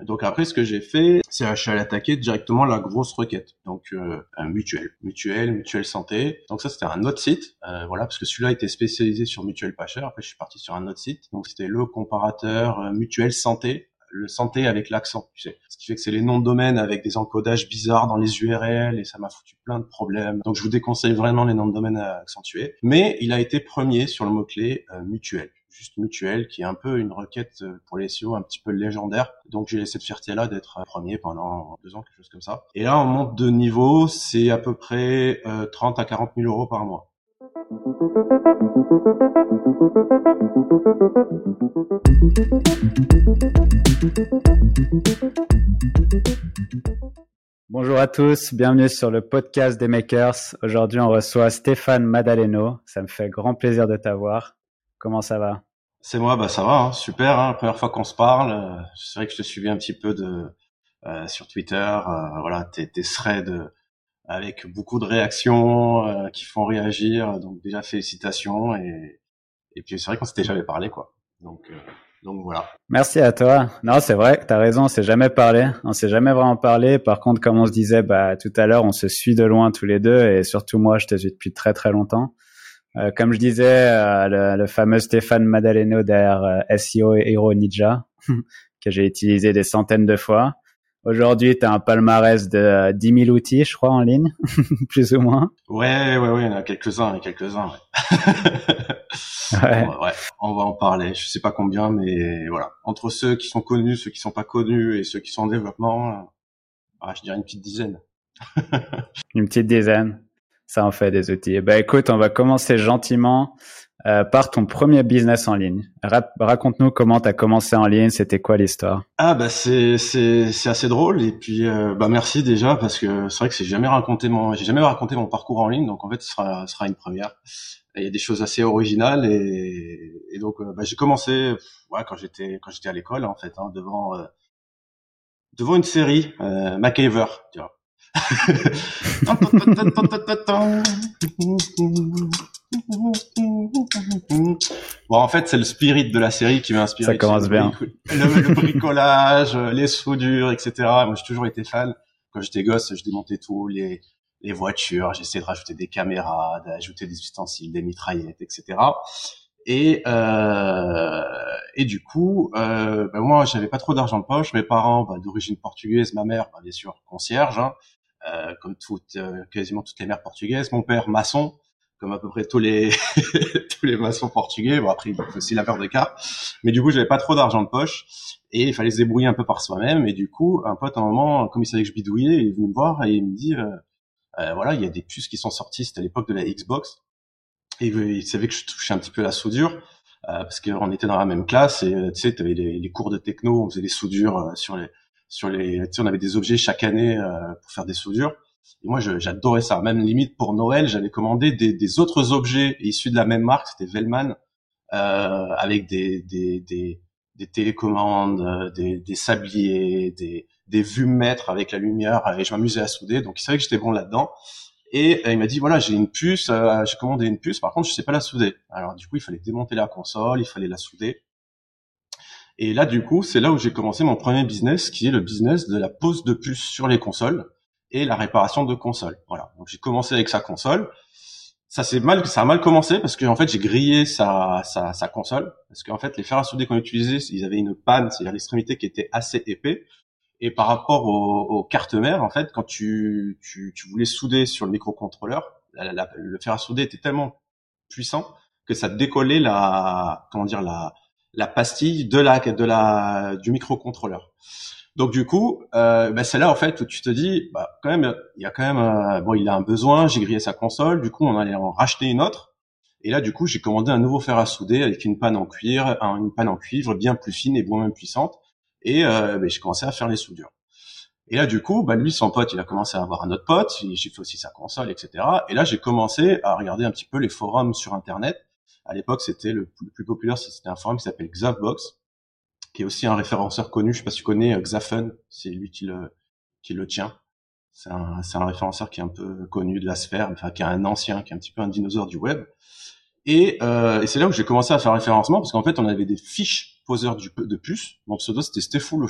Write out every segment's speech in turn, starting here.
Donc après, ce que j'ai fait, c'est je suis allé attaquer directement la grosse requête. Donc un mutuelle santé. Donc ça, c'était un autre site, voilà, parce que celui-là était spécialisé sur mutuelle pas cher. Après, je suis parti sur un autre site. Donc c'était le comparateur mutuelle santé. Le santé avec l'accent, tu sais. Ce qui fait que c'est les noms de domaine avec des encodages bizarres dans les URL et ça m'a foutu plein de problèmes. Donc je vous déconseille vraiment les noms de domaine accentués. Mais il a été premier sur le mot-clé mutuelle. Juste mutuelle, qui est un peu une requête pour les SEO un petit peu légendaire. Donc j'ai cette fierté-là d'être premier pendant 2 ans, quelque chose comme ça. Et là, on monte de niveau, c'est à peu près 30 à 40 000 euros par mois. Bonjour à tous, bienvenue sur le podcast des Makers. Aujourd'hui, on reçoit Stéphane Madaleno. Ça me fait grand plaisir de t'avoir. Comment ça va? C'est moi, bah ça va, hein, super. Hein, la première fois qu'on se parle, c'est vrai que je te suivais un petit peu sur Twitter. Voilà, tes threads avec beaucoup de réactions qui font réagir. Donc déjà félicitations et puis c'est vrai qu'on s'était jamais parlé quoi. Donc voilà. Merci à toi. Non, c'est vrai, t'as raison, on s'est jamais parlé. On s'est jamais vraiment parlé. Par contre, comme on se disait tout à l'heure, on se suit de loin tous les deux et surtout moi, je te suis depuis très très longtemps. Comme je disais, le fameux Stéphane Madaleno derrière SEO et Hero Ninja que j'ai utilisé des centaines de fois. Aujourd'hui, tu as un palmarès de 10 000 outils, je crois, en ligne, plus ou moins. Ouais, il y en a quelques-uns, ouais. Ouais, on va en parler. Je sais pas combien, mais voilà. Entre ceux qui sont connus, ceux qui sont pas connus et ceux qui sont en développement, je dirais une petite dizaine. Une petite dizaine. Ça en fait des outils. Écoute, on va commencer gentiment par ton premier business en ligne. Raconte-nous comment tu as commencé en ligne, c'était quoi l'histoire? C'est assez drôle et puis merci déjà parce que c'est vrai que j'ai jamais raconté mon parcours en ligne, donc en fait ce sera une première. Il y a des choses assez originales et donc j'ai commencé quand j'étais à l'école en fait, hein, devant une série MacGyver, tu vois. Bon, en fait, c'est le spirit de la série qui m'a inspiré. Ça commence bien. Le bricolage, les soudures, etc. Moi, j'ai toujours été fan. Quand j'étais gosse, je démontais tout, les voitures, j'essayais de rajouter des caméras, d'ajouter des ustensiles, des mitraillettes, etc. Et du coup, moi, j'avais pas trop d'argent de poche. Mes parents, d'origine portugaise, ma mère, bien sûr, concierge, hein, comme quasiment toutes les mères portugaises. Mon père, maçon, comme à peu près tous les tous les maçons portugais. Bon, après, il faut aussi la paire de cas. Mais du coup, j'avais pas trop d'argent de poche et il fallait se débrouiller un peu par soi-même. Et du coup, un pote, à un moment, comme il savait que je bidouillais, il est venu me voir et il me dit, voilà, il y a des puces qui sont sorties. C'était à l'époque de la Xbox. Et il savait que je touchais un petit peu la soudure, parce qu'on était dans la même classe et tu sais, t'avais les cours de techno, on faisait des soudures sur les, tu sais, on avait des objets chaque année pour faire des soudures. Et moi, j'adorais ça. Même limite pour Noël, j'avais commandé des autres objets issus de la même marque, c'était Vellman, avec des télécommandes, des sabliers, des vues-mètres avec la lumière, et je m'amusais à souder. Donc, il savait que j'étais bon là-dedans. Et il m'a dit voilà, j'ai une puce, j'ai commandé une puce, par contre je sais pas la souder. Alors du coup il fallait démonter la console, il fallait la souder. Et là du coup c'est là où j'ai commencé mon premier business, qui est le business de la pose de puces sur les consoles et la réparation de consoles. Voilà, donc j'ai commencé avec sa console. Ça a mal commencé parce que en fait j'ai grillé sa console parce qu'en fait les fers à souder qu'on utilisait, ils avaient une panne, c'est-à-dire l'extrémité qui était assez épais. Et par rapport aux cartes mères, en fait, quand tu voulais souder sur le microcontrôleur, le fer à souder était tellement puissant que ça décollait la pastille du microcontrôleur. Donc du coup, c'est là en fait où tu te dis, quand même, il y a quand même, il a un besoin. J'ai grillé sa console, du coup on allait en racheter une autre. Et là du coup j'ai commandé un nouveau fer à souder avec une panne en cuivre bien plus fine et bien moins puissante. Et j'ai commencé à faire les soudures. Et là, du coup, lui, son pote, il a commencé à avoir un autre pote. J'ai fait aussi sa console, etc. Et là, j'ai commencé à regarder un petit peu les forums sur Internet. À l'époque, c'était le plus populaire, c'était un forum qui s'appelle Xavbox, qui est aussi un référenceur connu. Je sais pas si tu connais Xafen, c'est lui qui le tient. C'est un référenceur qui est un peu connu de la sphère, enfin qui est un ancien, qui est un petit peu un dinosaure du web. Et c'est là où j'ai commencé à faire référencement, parce qu'en fait, on avait des fiches poseurs de puces. Mon pseudo, c'était Stéphou le fou.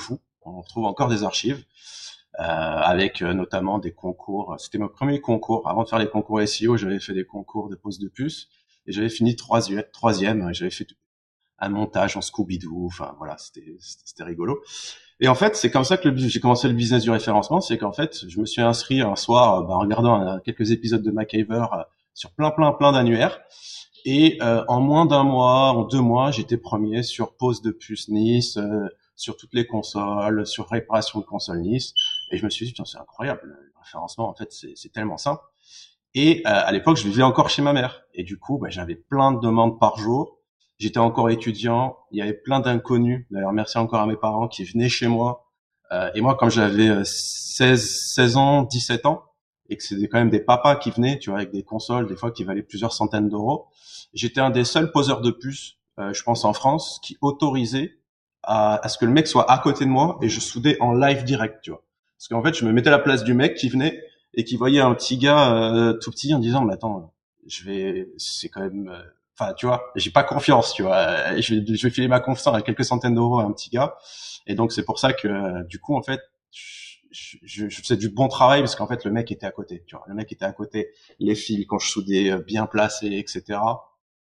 on retrouve encore des archives avec notamment des concours. C'était mon premier concours. Avant de faire les concours SEO, j'avais fait des concours de pose de puce et j'avais fini troisième. J'avais fait un montage en Scooby-Doo. Enfin voilà, c'était rigolo. Et en fait, c'est comme ça que j'ai commencé le business du référencement. C'est qu'en fait, je me suis inscrit un soir, en regardant quelques épisodes de MacGyver sur plein d'annuaires. Et en moins d'un mois, en 2 mois, j'étais premier sur pose de puce Nice, sur toutes les consoles, sur réparation de consoles Nice. Et je me suis dit, putain, c'est incroyable, le référencement, en fait, c'est tellement simple. Et à l'époque, je vivais encore chez ma mère. Et du coup, j'avais plein de demandes par jour. J'étais encore étudiant. Il y avait plein d'inconnus. D'ailleurs, merci encore à mes parents qui venaient chez moi. Et moi, comme j'avais 16 ans, 17 ans, et que c'était quand même des papas qui venaient, tu vois, avec des consoles, des fois qui valaient plusieurs centaines d'euros, j'étais un des seuls poseurs de puces, je pense en France, qui autorisait à ce que le mec soit à côté de moi et je soudais en live direct, tu vois. Parce qu'en fait, je me mettais à la place du mec qui venait et qui voyait un petit gars tout petit en disant, mais attends, c'est quand même, enfin, tu vois, j'ai pas confiance, tu vois. Je vais filer ma confiance à quelques centaines d'euros à un petit gars. Et donc, c'est pour ça que, du coup, en fait, je faisais du bon travail parce qu'en fait, le mec était à côté, tu vois. Le mec était à côté, les fils, quand je soudais, bien placés, etc.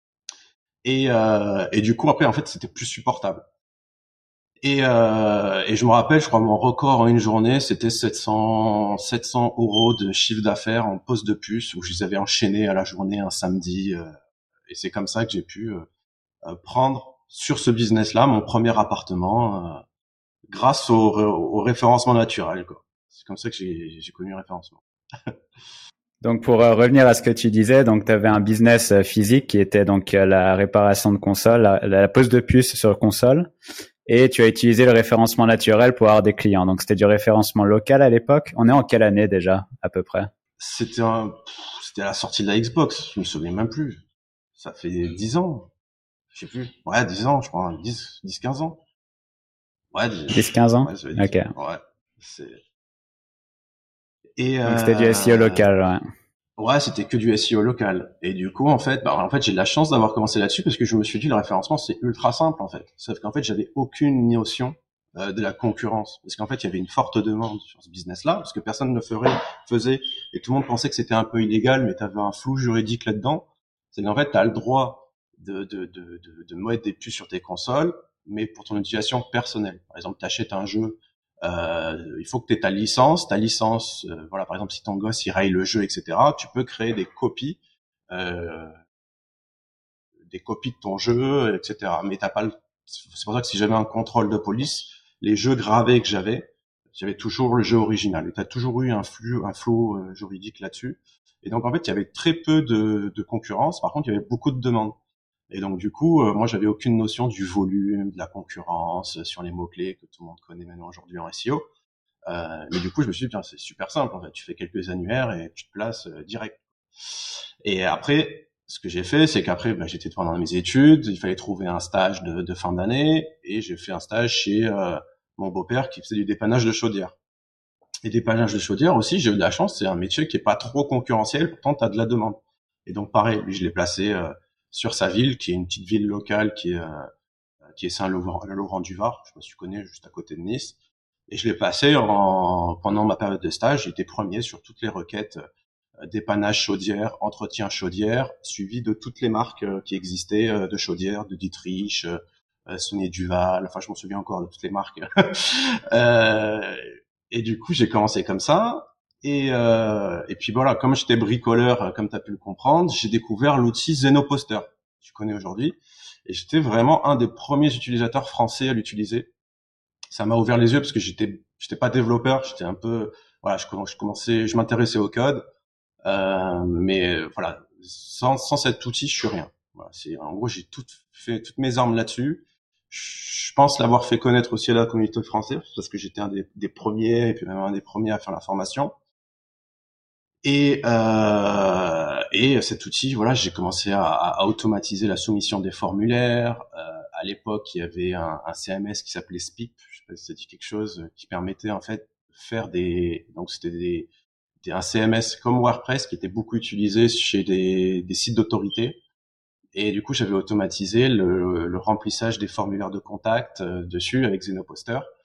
Et du coup, après, en fait, c'était plus supportable. Et je me rappelle, je crois, mon record en une journée, c'était 700 euros de chiffre d'affaires en pose de puce où je les avais enchaînés à la journée un samedi. Et c'est comme ça que j'ai pu prendre sur ce business-là mon premier appartement grâce au référencement naturel, quoi. C'est comme ça que j'ai connu le référencement. Donc pour revenir à ce que tu disais, donc tu avais un business physique qui était donc la réparation de consoles, la pose de puce sur console, et tu as utilisé le référencement naturel pour avoir des clients. Donc c'était du référencement local à l'époque. On est en quelle année déjà à peu près? C'était c'était à la sortie de la Xbox, je me souviens même plus. Ça fait 10 ans, je sais plus. Ouais, 10 ans, je crois, 15 ans. Ouais, 10-15 ans? ouais, ça veut dire. Ok. Ouais. C'est et Donc c'était du SEO local, ouais. ouais, c'était que du SEO local. Et du coup, en fait, j'ai de la chance d'avoir commencé là-dessus parce que je me suis dit le référencement c'est ultra simple en fait. Sauf qu'en fait, j'avais aucune notion de la concurrence parce qu'en fait, il y avait une forte demande sur ce business-là parce que personne ne faisait et tout le monde pensait que c'était un peu illégal, mais tu avais un flou juridique là-dedans. C'est qu'en fait, tu as le droit de mettre des puces sur tes consoles, mais pour ton utilisation personnelle. Par exemple, tu achètes un jeu, il faut que tu aies ta licence. Ta licence, voilà, par exemple, si ton gosse il raye le jeu, etc., tu peux créer euh, des copies de ton jeu, etc. Mais t'as pas c'est pour ça que si j'avais un contrôle de police, les jeux gravés que j'avais toujours le jeu original. Et t'as toujours eu un flou juridique là-dessus. Et donc en fait, il y avait très peu de concurrence. Par contre, il y avait beaucoup de demandes. Et donc du coup, moi, j'avais aucune notion du volume, de la concurrence sur les mots-clés que tout le monde connaît maintenant aujourd'hui en SEO. Mais du coup, je me suis dit, c'est super simple. En fait, tu fais quelques annuaires et tu te places direct. Et après, ce que j'ai fait, c'est qu'après, j'étais pendant mes études, il fallait trouver un stage de fin d'année, et j'ai fait un stage chez mon beau-père qui faisait du dépannage de chaudière. Et dépannage de chaudière aussi, j'ai eu de la chance, c'est un métier qui est pas trop concurrentiel, pourtant tu as de la demande. Et donc pareil, lui, je l'ai placé sur sa ville, qui est une petite ville locale qui est Saint-Laurent-du-Var, je sais pas si tu connais, juste à côté de Nice. Et je l'ai placé pendant ma période de stage, j'étais premier sur toutes les requêtes dépannage chaudière, entretien chaudière, suivi de toutes les marques qui existaient de chaudière, de Dietrich, Saunier Duval, enfin je m'en souviens encore de toutes les marques. euh, et du coup j'ai commencé comme ça. Et puis voilà, comme j'étais bricoleur, comme tu as pu le comprendre, j'ai découvert l'outil Zenoposter, que tu connais aujourd'hui. Et j'étais vraiment un des premiers utilisateurs français à l'utiliser. Ça m'a ouvert les yeux parce que j'étais pas développeur, j'étais un peu, voilà, je m'intéressais au code. Mais voilà, sans cet outil, je suis rien. Voilà, en gros, j'ai fait toutes mes armes là-dessus. Je pense l'avoir fait connaître aussi à la communauté française parce que j'étais un des premiers et puis même un des premiers à faire la formation. Et cet outil, voilà, j'ai commencé à automatiser la soumission des formulaires. À l'époque, il y avait un CMS qui s'appelait Spip, je sais pas si ça dit quelque chose, qui permettait en fait de faire donc c'était un CMS comme WordPress qui était beaucoup utilisé chez des sites d'autorité. Et du coup, j'avais automatisé le remplissage des formulaires de contact dessus avec Zenoposter.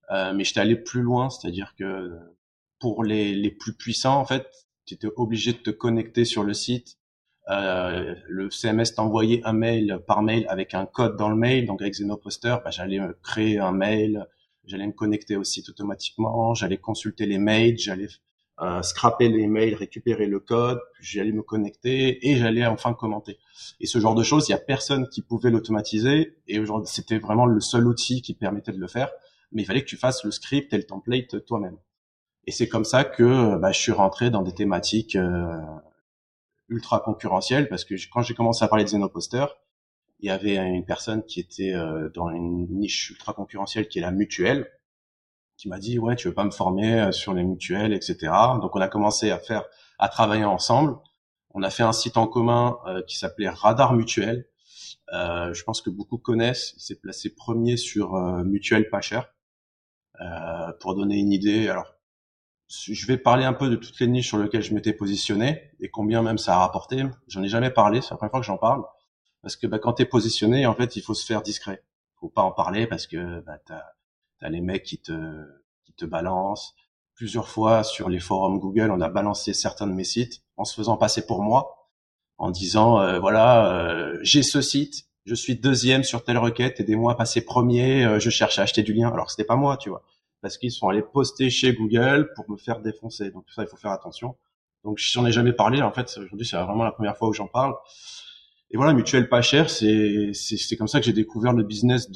mais j'étais allé plus loin, c'est-à-dire que pour les plus puissants, en fait, tu étais obligé de te connecter sur le site. Le CMS t'envoyait un mail par mail avec un code dans le mail. Donc avec Xenoposter, bah, j'allais créer un mail, j'allais me connecter au site automatiquement, j'allais consulter les mails, j'allais scraper les mails, récupérer le code, puis j'allais me connecter et j'allais enfin commenter. Et ce genre de choses, il y a personne qui pouvait l'automatiser. Et aujourd'hui, c'était vraiment le seul outil qui permettait de le faire. Mais il fallait que tu fasses le script et le template toi-même. Et c'est comme ça que bah, je suis rentré dans des thématiques ultra concurrentielles parce que quand j'ai commencé à parler de Zenoposter, il y avait une personne qui était dans une niche ultra concurrentielle qui est la mutuelle, qui m'a dit ouais tu veux pas me former sur les mutuelles, etc. Donc on a commencé à travailler ensemble. On a fait un site en commun qui s'appelait Radar Mutuel. Je pense que beaucoup connaissent. Il s'est placé premier sur Mutuelle pas cher. Pour donner une idée, alors je vais parler un peu de toutes les niches sur lesquelles je m'étais positionné et combien même ça a rapporté. J'en ai jamais parlé, c'est la première fois que j'en parle. Parce que bah, quand t'es positionné, en fait, il faut se faire discret. Faut pas en parler parce que bah, t'as les mecs qui te balancent. Plusieurs fois sur les forums Google, on a balancé certains de mes sites en se faisant passer pour moi, en disant voilà, j'ai ce site, je suis deuxième sur telle requête, aidez-moi à passer premier, je cherche à acheter du lien. Alors que c'était pas moi, tu vois, parce qu'ils sont allés poster chez Google pour me faire défoncer. Donc ça, il faut faire attention. Donc j'en ai jamais parlé. En fait, aujourd'hui, c'est vraiment la première fois où j'en parle. Et voilà, mutuelle pas cher, c'est comme ça que j'ai découvert le business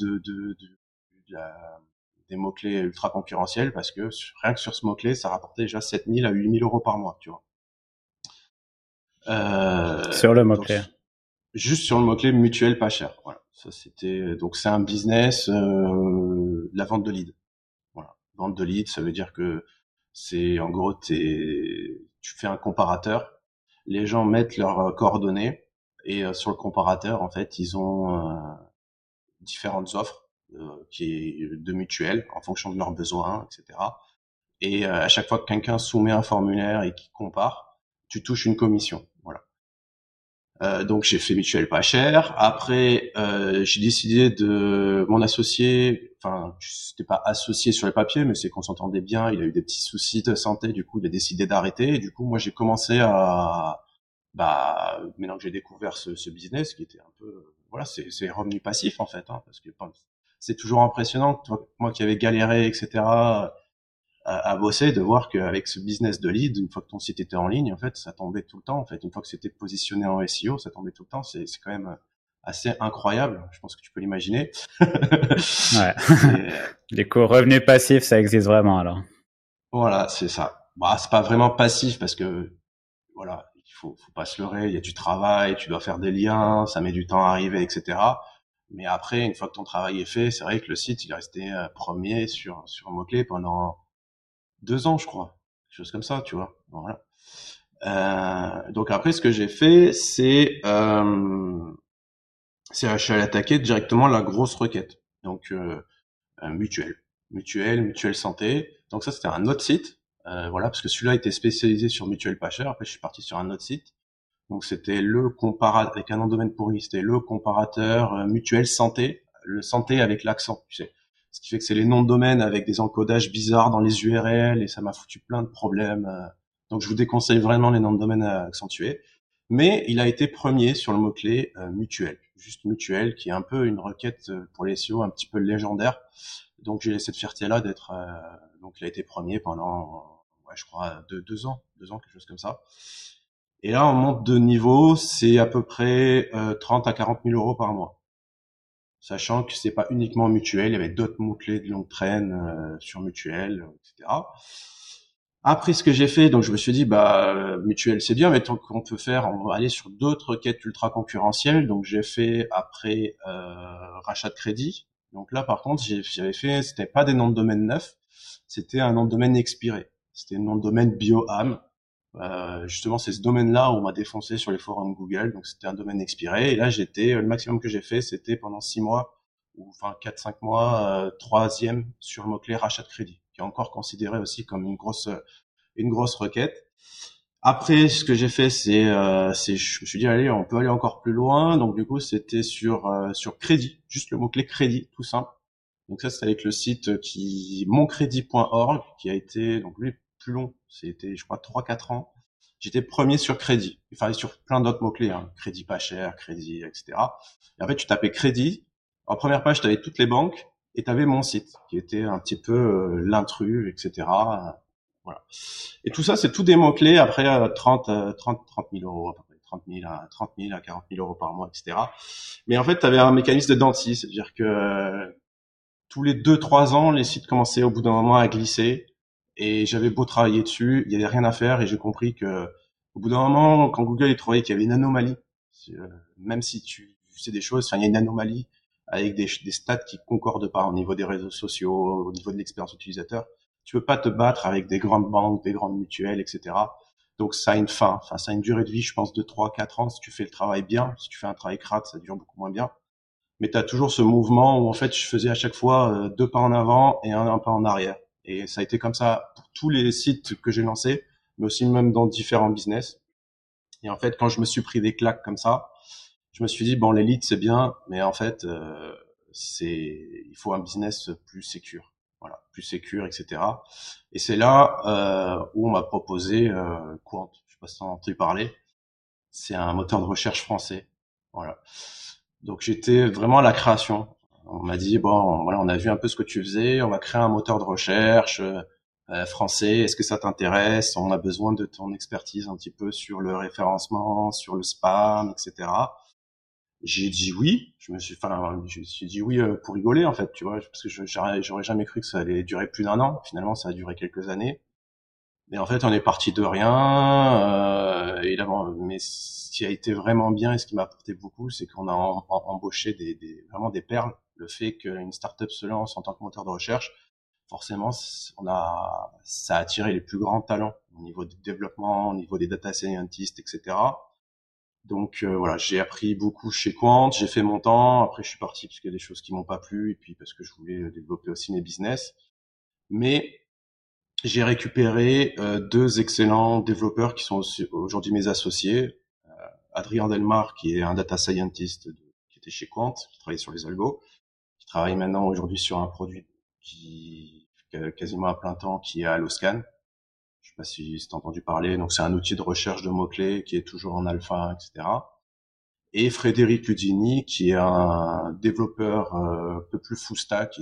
des mots-clés ultra concurrentiels parce que rien que sur ce mot-clé, ça rapportait déjà 7 000 à 8 000 euros par mois, tu vois. Sur le Donc mot-clé. juste sur le mot-clé mutuelle pas cher. Voilà. Ça c'était donc c'est un business la vente de leads. Voilà. Vente de leads, ça veut dire que c'est en gros tu fais un comparateur, les gens mettent leurs coordonnées et sur le comparateur en fait, ils ont différentes offres de mutuelles en fonction de leurs besoins, etc. Et à chaque fois que quelqu'un soumet un formulaire et qu'il compare, tu touches une commission. Voilà. Donc j'ai fait mutuelle pas cher. Après, j'ai décidé de mon associé. Enfin, c'était pas associé sur les papiers, mais c'est qu'on s'entendait bien. Il a eu des petits soucis de santé, du coup, il a décidé d'arrêter. Et du coup, moi, j'ai commencé maintenant que j'ai découvert ce business, qui était un peu, voilà, c'est revenu passif en fait, hein, parce que c'est toujours impressionnant. Toi, moi qui avais galéré, etc. À bosser, de voir qu'avec ce business de lead, une fois que ton site était en ligne, en fait, ça tombait tout le temps. En fait, une fois que c'était positionné en SEO, ça tombait tout le temps. C'est quand même assez incroyable. Je pense que tu peux l'imaginer. Ouais. Du coup, revenu passif, ça existe vraiment alors. Voilà, c'est ça. Bah, c'est pas vraiment passif parce que voilà, faut pas se leurrer. Il y a du travail, tu dois faire des liens, ça met du temps à arriver, etc. Mais après, une fois que ton travail est fait, c'est vrai que le site, il est resté premier sur un mot-clé pendant 2 ans, je crois, quelque chose comme ça, tu vois. Voilà. Donc après, ce que j'ai fait, je suis allé attaquer directement la grosse requête. Donc mutuelle santé. Donc ça, c'était un autre site. Voilà, parce que celui-là était spécialisé sur mutuelle pas cher. Après, je suis parti sur un autre site. Donc c'était le comparateur avec un nom de domaine pourri. C'était le comparateur mutuelle santé, le santé avec l'accent, tu sais. Ce qui fait que c'est les noms de domaine avec des encodages bizarres dans les URL et ça m'a foutu plein de problèmes. Donc je vous déconseille vraiment les noms de domaine accentués. Mais il a été premier sur le mot-clé mutuel, juste mutuel, qui est un peu une requête pour les SEO un petit peu légendaire. Donc j'ai cette fierté-là d'être. Donc il a été premier pendant, ouais, je crois, 2 ans, 2 ans, quelque chose comme ça. Et là, on monte de niveau, c'est à peu près 30 à 40 000 euros par mois. Sachant que c'est pas uniquement mutuel, il y avait d'autres mots-clés de longue traîne sur mutuel, etc. Après, ce que j'ai fait, donc je me suis dit, bah mutuel c'est bien, mais tant qu'on peut faire, on va aller sur d'autres requêtes ultra concurrentielles. Donc j'ai fait après rachat de crédit. Donc là, par contre, j'avais fait, c'était pas des noms de domaine neufs, c'était un nom de domaine expiré. C'était un nom de domaine BioAm. Justement, c'est ce domaine-là où on m'a défoncé sur les forums Google. Donc, c'était un domaine expiré. Et là, le maximum que j'ai fait, c'était pendant 6 mois, ou enfin 4, 5 mois, troisième sur le mot-clé rachat de crédit, qui est encore considéré aussi comme une grosse requête. Après, ce que j'ai fait, je me suis dit, allez, on peut aller encore plus loin. Donc, du coup, c'était sur crédit, juste le mot-clé crédit, tout simple. Donc ça, c'était avec le site moncredit.org, qui a été, donc lui, plus long. C'était, je crois, 3-4 ans. J'étais premier sur crédit. Il fallait sur plein d'autres mots-clés, hein. Crédit pas cher, crédit, etc. Et en fait, tu tapais crédit. En première page, tu avais toutes les banques et tu avais mon site, qui était un petit peu l'intrus, etc. Voilà. Et tout ça, c'est tout des mots-clés. Après, 30 000 euros, à peu près 30 000 à 40 000 euros par mois, etc. Mais en fait, tu avais un mécanisme de dents de scie, c'est-à-dire que tous les 2-3 ans, les sites commençaient au bout d'un moment à glisser. Et j'avais beau travailler dessus, il y avait rien à faire. Et j'ai compris que au bout d'un moment, quand Google il trouvait qu'il y avait une anomalie, même si tu sais des choses, enfin, il y a une anomalie avec des stats qui concordent pas au niveau des réseaux sociaux, au niveau de l'expérience utilisateur. Tu peux pas te battre avec des grandes banques, des grandes mutuelles, etc. Donc ça a une fin, enfin ça a une durée de vie, je pense, de 3-4 ans si tu fais le travail bien. Si tu fais un travail crade, ça dure beaucoup moins bien. Mais tu as toujours ce mouvement où en fait je faisais à chaque fois 2 pas en avant et un pas en arrière. Et ça a été comme ça pour tous les sites que j'ai lancés, mais aussi même dans différents business. Et en fait, quand je me suis pris des claques comme ça, je me suis dit bon, l'élite c'est bien, mais en fait il faut un business plus sécure, voilà, plus sécure, etc. Et c'est là où on m'a proposé Quant. Je sais pas si t'en as entendu parler. C'est un moteur de recherche français, voilà. Donc j'étais vraiment à la création. On m'a dit bon, voilà, on a vu un peu ce que tu faisais, on va créer un moteur de recherche français. Est-ce que ça t'intéresse? On a besoin de ton expertise un petit peu sur le référencement, sur le spam, etc. J'ai dit oui. Je me suis dit oui pour rigoler en fait, tu vois, parce que j'aurais jamais cru que ça allait durer plus d'1 an. Finalement, ça a duré quelques années. Mais en fait, on est parti de rien. Évidemment, mais ce qui a été vraiment bien et ce qui m'a apporté beaucoup, c'est qu'on a embauché vraiment des perles. Le fait qu'une startup se lance en tant que moteur de recherche, forcément, ça a attiré les plus grands talents au niveau du développement, au niveau des data scientists, etc. Donc voilà, j'ai appris beaucoup chez Quant, j'ai fait mon temps. Après, je suis parti parce qu'il y a des choses qui m'ont pas plu et puis parce que je voulais développer aussi mes business. Mais j'ai récupéré 2 excellents développeurs qui sont aujourd'hui mes associés. Adrien Delmar, qui est un data scientist qui était chez Quant, qui travaillait sur les algos, qui travaille maintenant aujourd'hui sur un produit qui quasiment à plein temps, qui est Alloscan. Je sais pas si t'as entendu parler. Donc c'est un outil de recherche de mots-clés qui est toujours en alpha, etc. Et Frédéric Udini, qui est un développeur un peu plus full stack,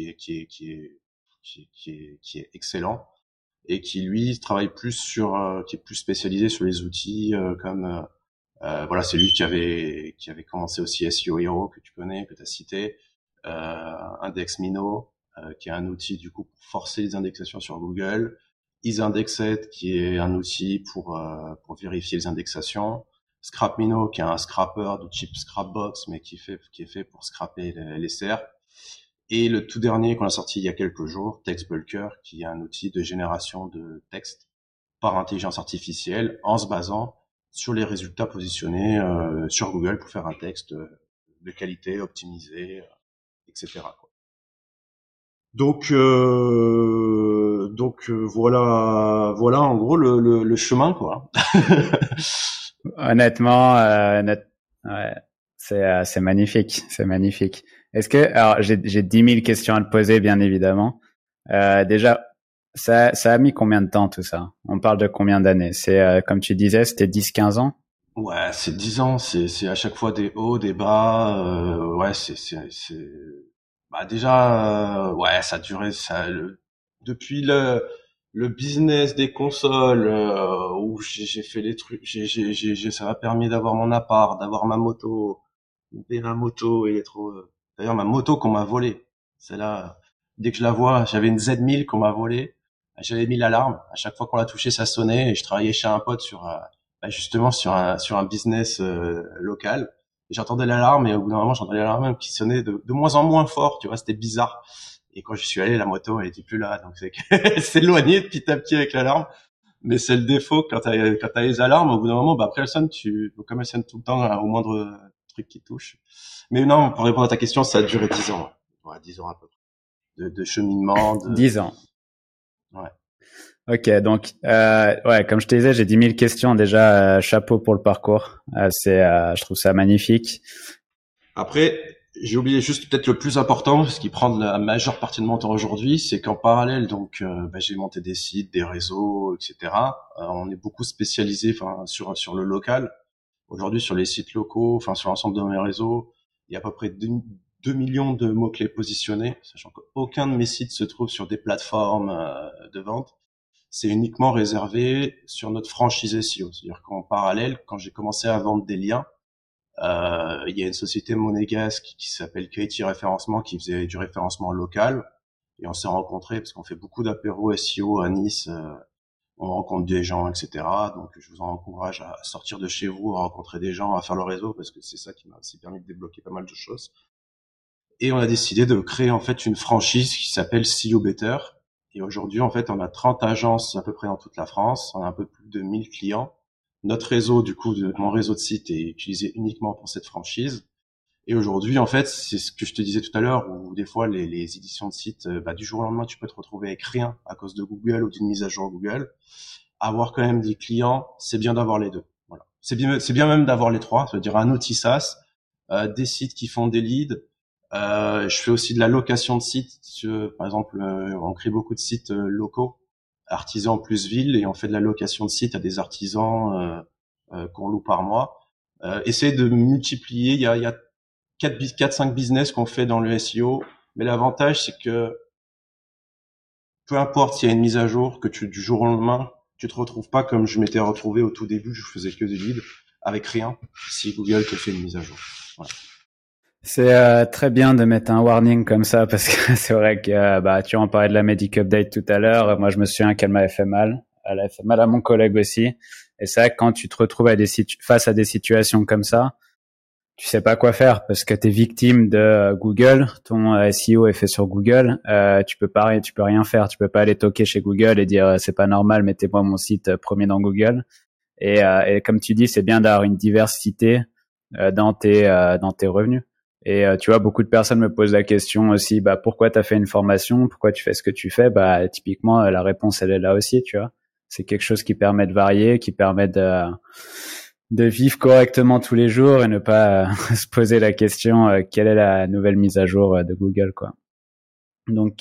qui est excellent et qui lui travaille plus qui est plus spécialisé sur les outils comme voilà, c'est lui qui avait commencé aussi SEO Hero que tu connais, que tu as cité, IndexMino qui est un outil du coup pour forcer les indexations sur Google, IsIndexed qui est un outil pour vérifier les indexations, ScrapMino qui est un scrapper de type Scrapbox mais qui est fait pour scraper les SERPs. Et le tout dernier qu'on a sorti il y a quelques jours, TextBulker, qui est un outil de génération de texte par intelligence artificielle en se basant sur les résultats positionnés sur Google pour faire un texte de qualité, optimisé, etc. quoi. Donc voilà en gros le chemin quoi. Honnêtement, ouais, c'est magnifique, c'est magnifique. Alors j'ai 10 000 questions à te poser, bien évidemment. Déjà, ça a mis combien de temps tout ça? On parle de combien d'années? C'est comme tu disais, c'était 10-15 ans? Ouais, c'est 10 ans, c'est à chaque fois des hauts, des bas. Ouais, bah déjà, ouais, ça a duré depuis le business des consoles où j'ai fait les trucs, ça m'a permis d'avoir mon appart, d'avoir ma moto, de payer ma moto et être d'ailleurs ma moto qu'on m'a volée. C'est là, dès que je la vois, j'avais une Z1000 qu'on m'a volée. J'avais mis l'alarme. À chaque fois qu'on la touchait, ça sonnait et je travaillais chez un pote justement sur un business local. Et j'entendais l'alarme et au bout d'un moment, j'entendais l'alarme qui sonnait de moins en moins fort. Tu vois, c'était bizarre. Et quand je suis allé, la moto, elle était plus là. Donc c'est qu'elle s'éloignait petit à petit avec l'alarme. Mais c'est le défaut quand t'as les alarmes. Au bout d'un moment, bah après elles sonnent, comme elles sonnent tout le temps au moindre truc qui touche. Mais non, pour répondre à ta question, ça a duré 10 ans. Ouais, 10 ans à peu près. De cheminement, 10 ans. Ouais. Ok, donc ouais, comme je te disais, j'ai 10 000 questions déjà. Chapeau pour le parcours. Je trouve ça magnifique. Après, J'ai oublié juste peut-être le plus important, ce qui prend la majeure partie de mon temps aujourd'hui, c'est qu'en parallèle, donc, j'ai monté des sites, des réseaux, etc. On est beaucoup spécialisé, enfin, sur le local. Aujourd'hui, sur les sites locaux, enfin, sur l'ensemble de mes réseaux, il y a à peu près 2 millions de mots-clés positionnés, sachant qu'aucun de mes sites se trouve sur des plateformes de vente. C'est uniquement réservé sur notre franchise SEO. C'est-à-dire qu'en parallèle, quand j'ai commencé à vendre des liens, il y a une société monégasque qui s'appelle Katie Référencement qui faisait du référencement local. Et on s'est rencontrés parce qu'on fait beaucoup d'apéros SEO à Nice. On rencontre des gens, etc. Donc, je vous encourage à sortir de chez vous, à rencontrer des gens, à faire le réseau parce que c'est ça qui m'a aussi permis de débloquer pas mal de choses. Et on a décidé de créer en fait une franchise qui s'appelle SEO Better. Et aujourd'hui, en fait, on a 30 agences à peu près dans toute la France. On a un peu plus de 1000 clients. Notre réseau, du coup, mon réseau de sites est utilisé uniquement pour cette franchise. Et aujourd'hui, en fait, c'est ce que je te disais tout à l'heure, où des fois, les éditions de sites, du jour au lendemain, tu peux te retrouver avec rien à cause de Google ou d'une mise à jour Google. Avoir quand même des clients, c'est bien d'avoir les deux. Voilà. C'est bien même d'avoir les trois. C'est-à-dire un outil SaaS, des sites qui font des leads. Je fais aussi de la location de sites. Par exemple, on crée beaucoup de sites locaux, artisans plus ville, et on fait de la location de sites à des artisans qu'on loue par mois. Essayer de multiplier. Il y a 4-5 business qu'on fait dans le SEO, mais l'avantage c'est que peu importe s'il y a une mise à jour, que du jour au lendemain, tu te retrouves pas comme je m'étais retrouvé au tout début, je faisais que des leads avec rien, si Google te fait une mise à jour. Voilà. C'est très bien de mettre un warning comme ça parce que c'est vrai que tu en parlais de la Medic Update tout à l'heure. Moi, je me souviens qu'elle m'avait fait mal. Elle a fait mal à mon collègue aussi. Et c'est vrai que quand tu te retrouves face à des situations comme ça, tu sais pas quoi faire parce que tu es victime de Google. Ton SEO est fait sur Google. Tu peux rien faire. Tu peux pas aller toquer chez Google et dire c'est pas normal, mettez-moi mon site premier dans Google. Et comme tu dis, c'est bien d'avoir une diversité dans tes revenus. Et tu vois, beaucoup de personnes me posent la question aussi, pourquoi tu as fait une formation, pourquoi tu fais ce que tu fais. Typiquement, la réponse elle est là aussi, tu vois. C'est quelque chose qui permet de varier, qui permet de vivre correctement tous les jours et ne pas se poser la question quelle est la nouvelle mise à jour de Google, quoi. Donc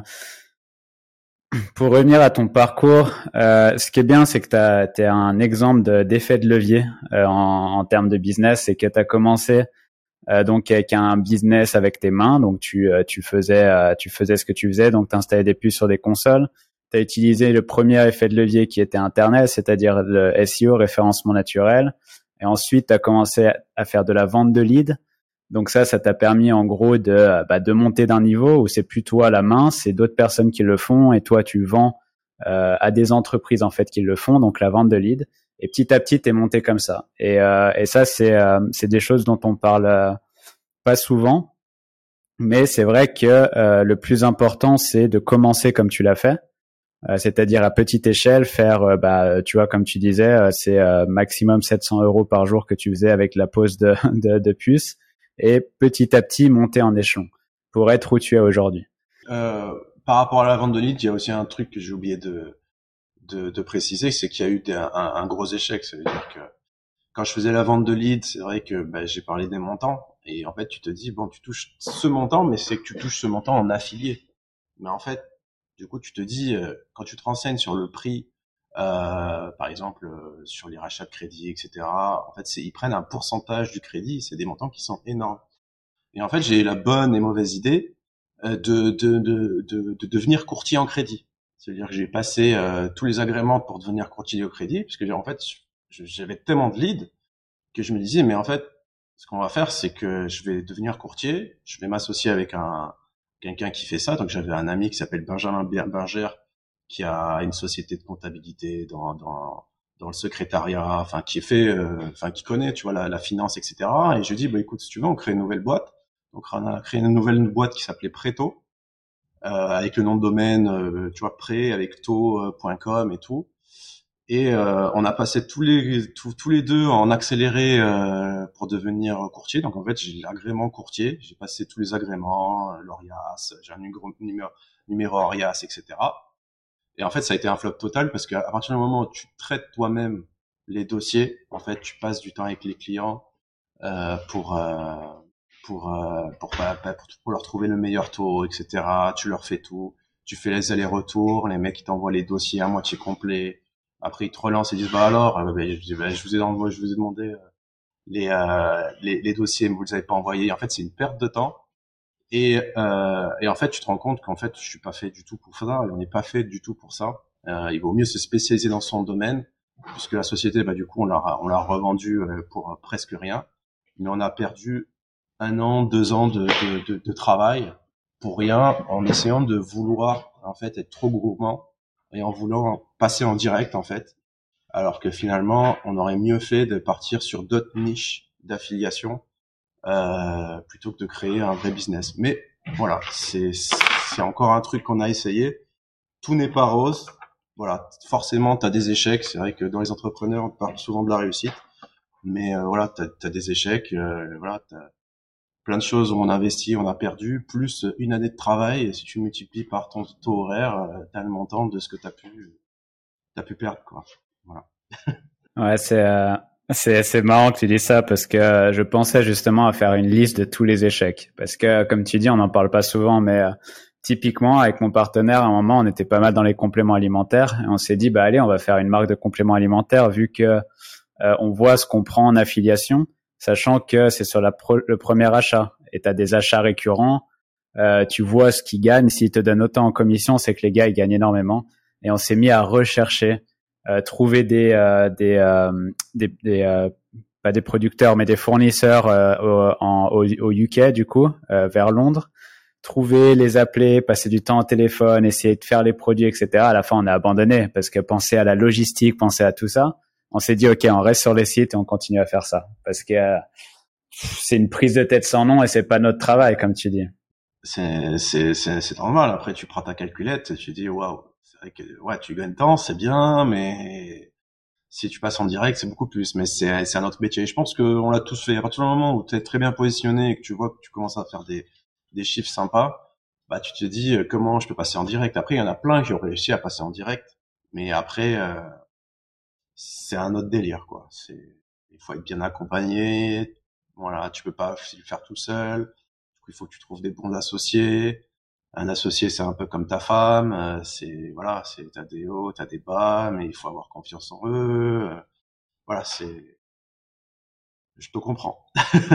pour revenir à ton parcours, ce qui est bien, c'est que tu es un exemple d'effet de levier en termes de business, c'est que tu as commencé donc avec un business avec tes mains, donc tu faisais ce que tu faisais, donc tu installais des puces sur des consoles. Tu as utilisé le premier effet de levier qui était Internet, c'est-à-dire le SEO, référencement naturel. Et ensuite, tu as commencé à faire de la vente de leads. Donc ça t'a permis en gros de monter d'un niveau où c'est plus toi la main, c'est d'autres personnes qui le font et toi tu vends à des entreprises en fait qui le font, donc la vente de leads. Et petit à petit, t'es monté comme ça. Et ça, c'est des choses dont on parle pas souvent, mais c'est vrai que le plus important, c'est de commencer comme tu l'as fait, c'est-à-dire à petite échelle, faire, tu vois, comme tu disais, c'est maximum 700 € par jour que tu faisais avec la pose de puce, et petit à petit monter en échelon pour être où tu es aujourd'hui. Par rapport à la vente de leads, il y a aussi un truc que j'ai oublié de préciser, c'est qu'il y a eu un gros échec. Ça veut dire que quand je faisais la vente de leads, c'est vrai que j'ai parlé des montants. Et en fait, tu te dis, bon, tu touches ce montant, mais c'est que tu touches ce montant en affilié. Mais en fait, du coup, tu te dis, quand tu te renseignes sur le prix, par exemple, sur les rachats de crédit, etc., en fait, ils prennent un pourcentage du crédit. C'est des montants qui sont énormes. Et en fait, j'ai eu la bonne et mauvaise idée de devenir courtier en crédit. C'est-à-dire que j'ai passé tous les agréments pour devenir courtier au crédit, puisque en fait, j'avais tellement de leads que je me disais, mais en fait, ce qu'on va faire, c'est que je vais devenir courtier, je vais m'associer avec quelqu'un qui fait ça. Donc j'avais un ami qui s'appelle Benjamin Bergère, qui a une société de comptabilité dans le secrétariat, enfin qui qui connaît, tu vois, la finance, etc. Et je lui dis, écoute, si tu veux, on crée une nouvelle boîte. Donc on a créé une nouvelle boîte qui s'appelait Preto, avec le nom de domaine, tu vois, pré avec to.com et tout. Et on a passé tous les deux en accéléré pour devenir courtier. Donc en fait, j'ai l'agrément courtier, j'ai passé tous les agréments, l'ORIAS, j'ai un numéro ORIAS, etc. Et en fait, ça a été un flop total parce qu'à partir du moment où tu traites toi-même les dossiers, en fait, tu passes du temps avec les clients pour pour leur trouver le meilleur taux, etc. Tu leur fais tout, tu fais les allers-retours, les mecs ils t'envoient les dossiers à moitié complets. Après ils te relancent et disent bah alors, je dis, bah, je vous ai demandé les dossiers, mais vous les avez pas envoyés. En fait c'est une perte de temps. Et en fait, tu te rends compte qu'en fait, je suis pas fait du tout pour ça, et on n'est pas fait du tout pour ça. Il vaut mieux se spécialiser dans son domaine, puisque la société, bah, du coup, on l'a revendue pour presque rien, mais on a perdu 1 an, 2 ans de travail pour rien, en essayant de vouloir en fait être trop gourmand et en voulant passer en direct en fait, alors que finalement, on aurait mieux fait de partir sur d'autres niches d'affiliation plutôt que de créer un vrai business. Mais voilà, c'est encore un truc qu'on a essayé. Tout n'est pas rose. Voilà, forcément, tu as des échecs. C'est vrai que dans les entrepreneurs, on parle souvent de la réussite. Mais voilà, tu as des échecs. Voilà, tu as plein de choses où on a investi, on a perdu, plus 1 année de travail. Et si tu multiplies par ton taux horaire, tu as le montant de ce que tu as pu perdre. Quoi. Voilà. Ouais, c'est marrant que tu dis ça parce que je pensais justement à faire une liste de tous les échecs parce que comme tu dis, on n'en parle pas souvent, mais typiquement avec mon partenaire, à un moment, on était pas mal dans les compléments alimentaires et on s'est dit bah allez, on va faire une marque de compléments alimentaires vu que on voit ce qu'on prend en affiliation, sachant que c'est sur le premier achat et tu as des achats récurrents, tu vois ce qu'ils gagnent, s'ils te donnent autant en commission, c'est que les gars ils gagnent énormément et on s'est mis à rechercher trouver pas des producteurs mais des fournisseurs au UK du coup vers Londres, trouver, les appeler, passer du temps au téléphone, essayer de faire les produits, etc. À la fin on a abandonné parce que penser à la logistique, penser à tout ça, on s'est dit ok, on reste sur les sites et on continue à faire ça parce que c'est une prise de tête sans nom et c'est pas notre travail comme tu dis. C'est normal. Après, tu prends ta calculette et tu dis, waouh, c'est vrai que, ouais, tu gagnes temps, c'est bien, mais si tu passes en direct, c'est beaucoup plus. Mais c'est un autre métier. Je pense qu'on l'a tous fait. À partir du moment où tu es très bien positionné et que tu vois que tu commences à faire des chiffres sympas, bah, tu te dis, comment je peux passer en direct? Après, il y en a plein qui ont réussi à passer en direct. Mais après, c'est un autre délire, quoi. Il faut être bien accompagné. Voilà, tu peux pas le faire tout seul. Du coup, il faut que tu trouves des bons associés. Un associé, c'est un peu comme ta femme. Voilà, t'as des hauts, t'as des bas, mais il faut avoir confiance en eux. Voilà, je te comprends.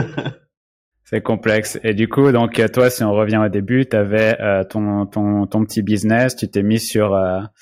C'est complexe. Et du coup, donc toi, si on revient au début, tu avais ton petit business, tu t'es mis sur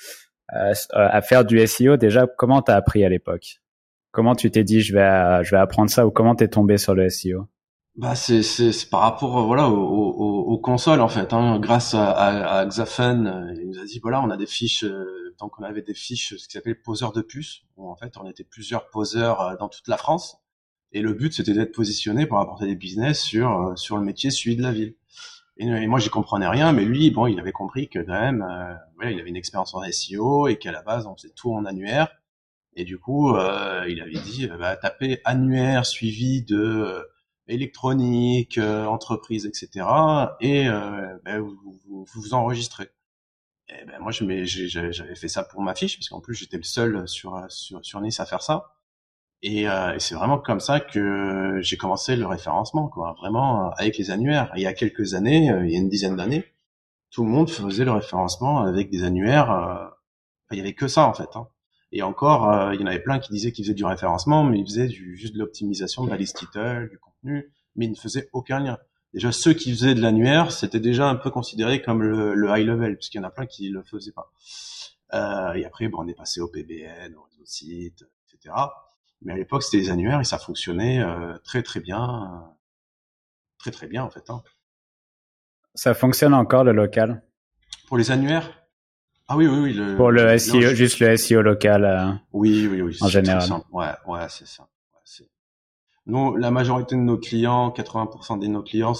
à faire du SEO. Déjà, comment t'as appris à l'époque? Comment tu t'es dit je vais apprendre ça ou comment t'es tombé sur le SEO? Bah c'est par rapport voilà aux consoles en fait hein. Grâce à Xafen il nous a dit voilà on a des fiches donc on avait des fiches ce qui s'appelle poseurs de puces où en fait on était plusieurs poseurs dans toute la France et le but c'était d'être positionné pour apporter des business sur le métier celui de la ville et moi j'y comprenais rien mais lui bon il avait compris que quand même voilà, il avait une expérience en SEO et qu'à la base on faisait tout en annuaire et du coup, il avait dit, bah, tapez annuaire suivi de électronique, entreprise, etc. Et bah, vous enregistrez. Et ben moi, j'avais fait ça pour ma fiche parce qu'en plus j'étais le seul sur Nice à faire ça. Et c'est vraiment comme ça que j'ai commencé le référencement, quoi. Vraiment avec les annuaires. Et il y a quelques années, il y a une dizaine d'années, tout le monde faisait le référencement avec des annuaires. Enfin, il y avait que ça en fait. Hein. Et encore, il y en avait plein qui disaient qu'ils faisaient du référencement, mais ils faisaient juste de l'optimisation de la liste title, du contenu, mais ils ne faisaient aucun lien. Déjà, ceux qui faisaient de l'annuaire, c'était déjà un peu considéré comme le high level, puisqu'il y en a plein qui le faisaient pas. Et après, bon, on est passé au PBN, au réseau de sites, etc. Mais à l'époque, c'était les annuaires et ça fonctionnait très très bien, très très bien en fait. Hein. Ça fonctionne encore le local? Pour les annuaires, ah oui, oui, oui, Pour le SEO, juste le SEO local oui, oui, oui, en c'est très général. simple. Ouais, ouais, c'est ça. Ouais, nous, la majorité de nos clients, 80% de nos clients,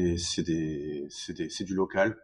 c'est du local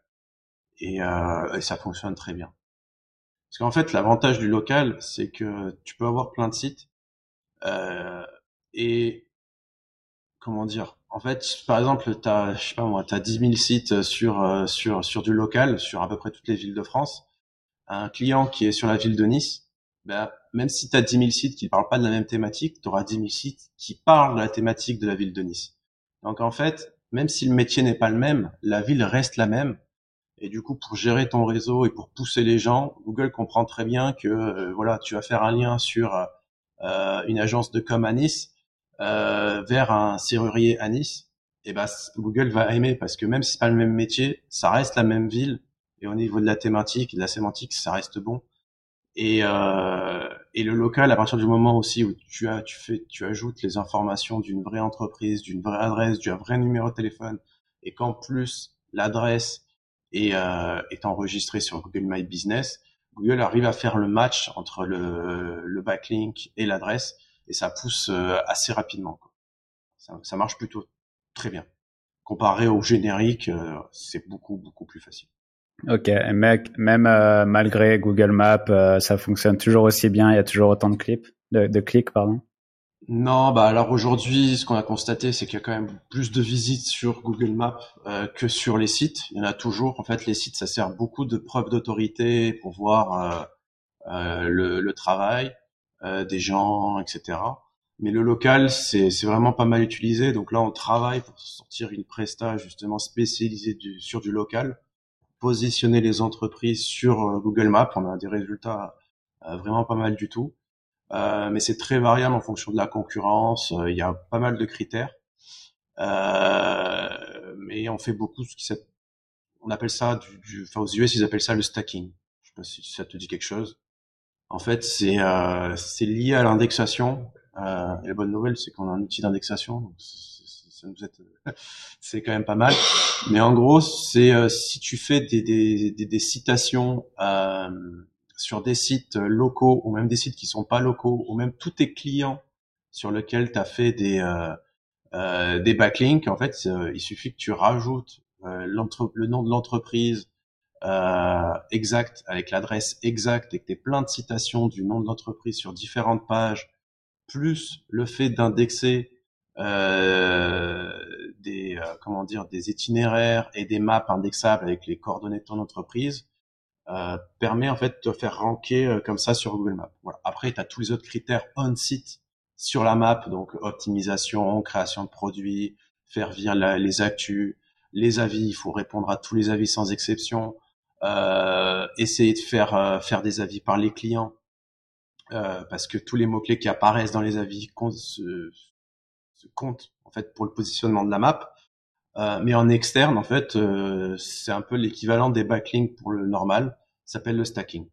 et ça fonctionne très bien. Parce qu'en fait, l'avantage du local, c'est que tu peux avoir plein de sites euh, et comment dire. En fait, par exemple, je sais pas moi, t'as 10 000 sites sur du local, sur à peu près toutes les villes de France. Un client qui est sur la ville de Nice, ben, même si tu as 10 000 sites qui ne parlent pas de la même thématique, tu auras 10 000 sites qui parlent de la thématique de la ville de Nice. Donc en fait, même si le métier n'est pas le même, la ville reste la même. Et du coup, pour gérer ton réseau et pour pousser les gens, Google comprend très bien que voilà, tu vas faire un lien sur une agence de com à Nice vers un serrurier à Nice. Et ben Google va aimer parce que même si c'est pas le même métier, ça reste la même ville et au niveau de la thématique et de la sémantique, ça reste bon. Et le local, à partir du moment aussi où tu ajoutes les informations d'une vraie entreprise, d'une vraie adresse, d'un vrai numéro de téléphone, et qu'en plus l'adresse est enregistrée sur Google My Business, Google arrive à faire le match entre le backlink et l'adresse, et ça pousse assez rapidement, quoi. Ça marche plutôt très bien. Comparé au générique, c'est beaucoup plus facile. Ok, et mec, même malgré Google Maps, ça fonctionne toujours aussi bien, il y a toujours autant de clics, pardon. Non, bah alors aujourd'hui, ce qu'on a constaté, c'est qu'il y a quand même plus de visites sur Google Maps que sur les sites. Il y en a toujours. En fait, les sites, ça sert beaucoup de preuves d'autorité pour voir le travail des gens, etc. Mais le local, c'est vraiment pas mal utilisé. Donc là, on travaille pour sortir une presta justement spécialisée sur du local, positionner les entreprises sur Google Maps. On a des résultats vraiment pas mal du tout. Mais c'est très variable en fonction de la concurrence. Il y a pas mal de critères. Mais on fait beaucoup on appelle ça enfin aux US ils appellent ça le stacking. Je sais pas si ça te dit quelque chose. En fait, c'est lié à l'indexation. Et la bonne nouvelle, c'est qu'on a un outil d'indexation, donc ça nous aide. C'est quand même pas mal. Mais en gros, c'est si tu fais des citations sur des sites locaux ou même des sites qui sont pas locaux ou même tous tes clients sur lesquels tu as fait des backlinks, en fait, il suffit que tu rajoutes le nom de l'entreprise exact avec l'adresse exacte et que tu aies plein de citations du nom de l'entreprise sur différentes pages, plus le fait d'indexer comment dire des itinéraires et des maps indexables avec les coordonnées de ton entreprise permet en fait de te faire ranker comme ça sur Google Maps. Voilà. Après, tu as tous les autres critères on-site sur la map, donc optimisation, création de produits, faire vivre les actus, les avis, il faut répondre à tous les avis sans exception, essayer de faire des avis par les clients, parce que tous les mots-clés qui apparaissent dans les avis se comptent en fait pour le positionnement de la map. Mais en externe, en fait, c'est un peu l'équivalent des backlinks pour le normal. Ça s'appelle le stacking.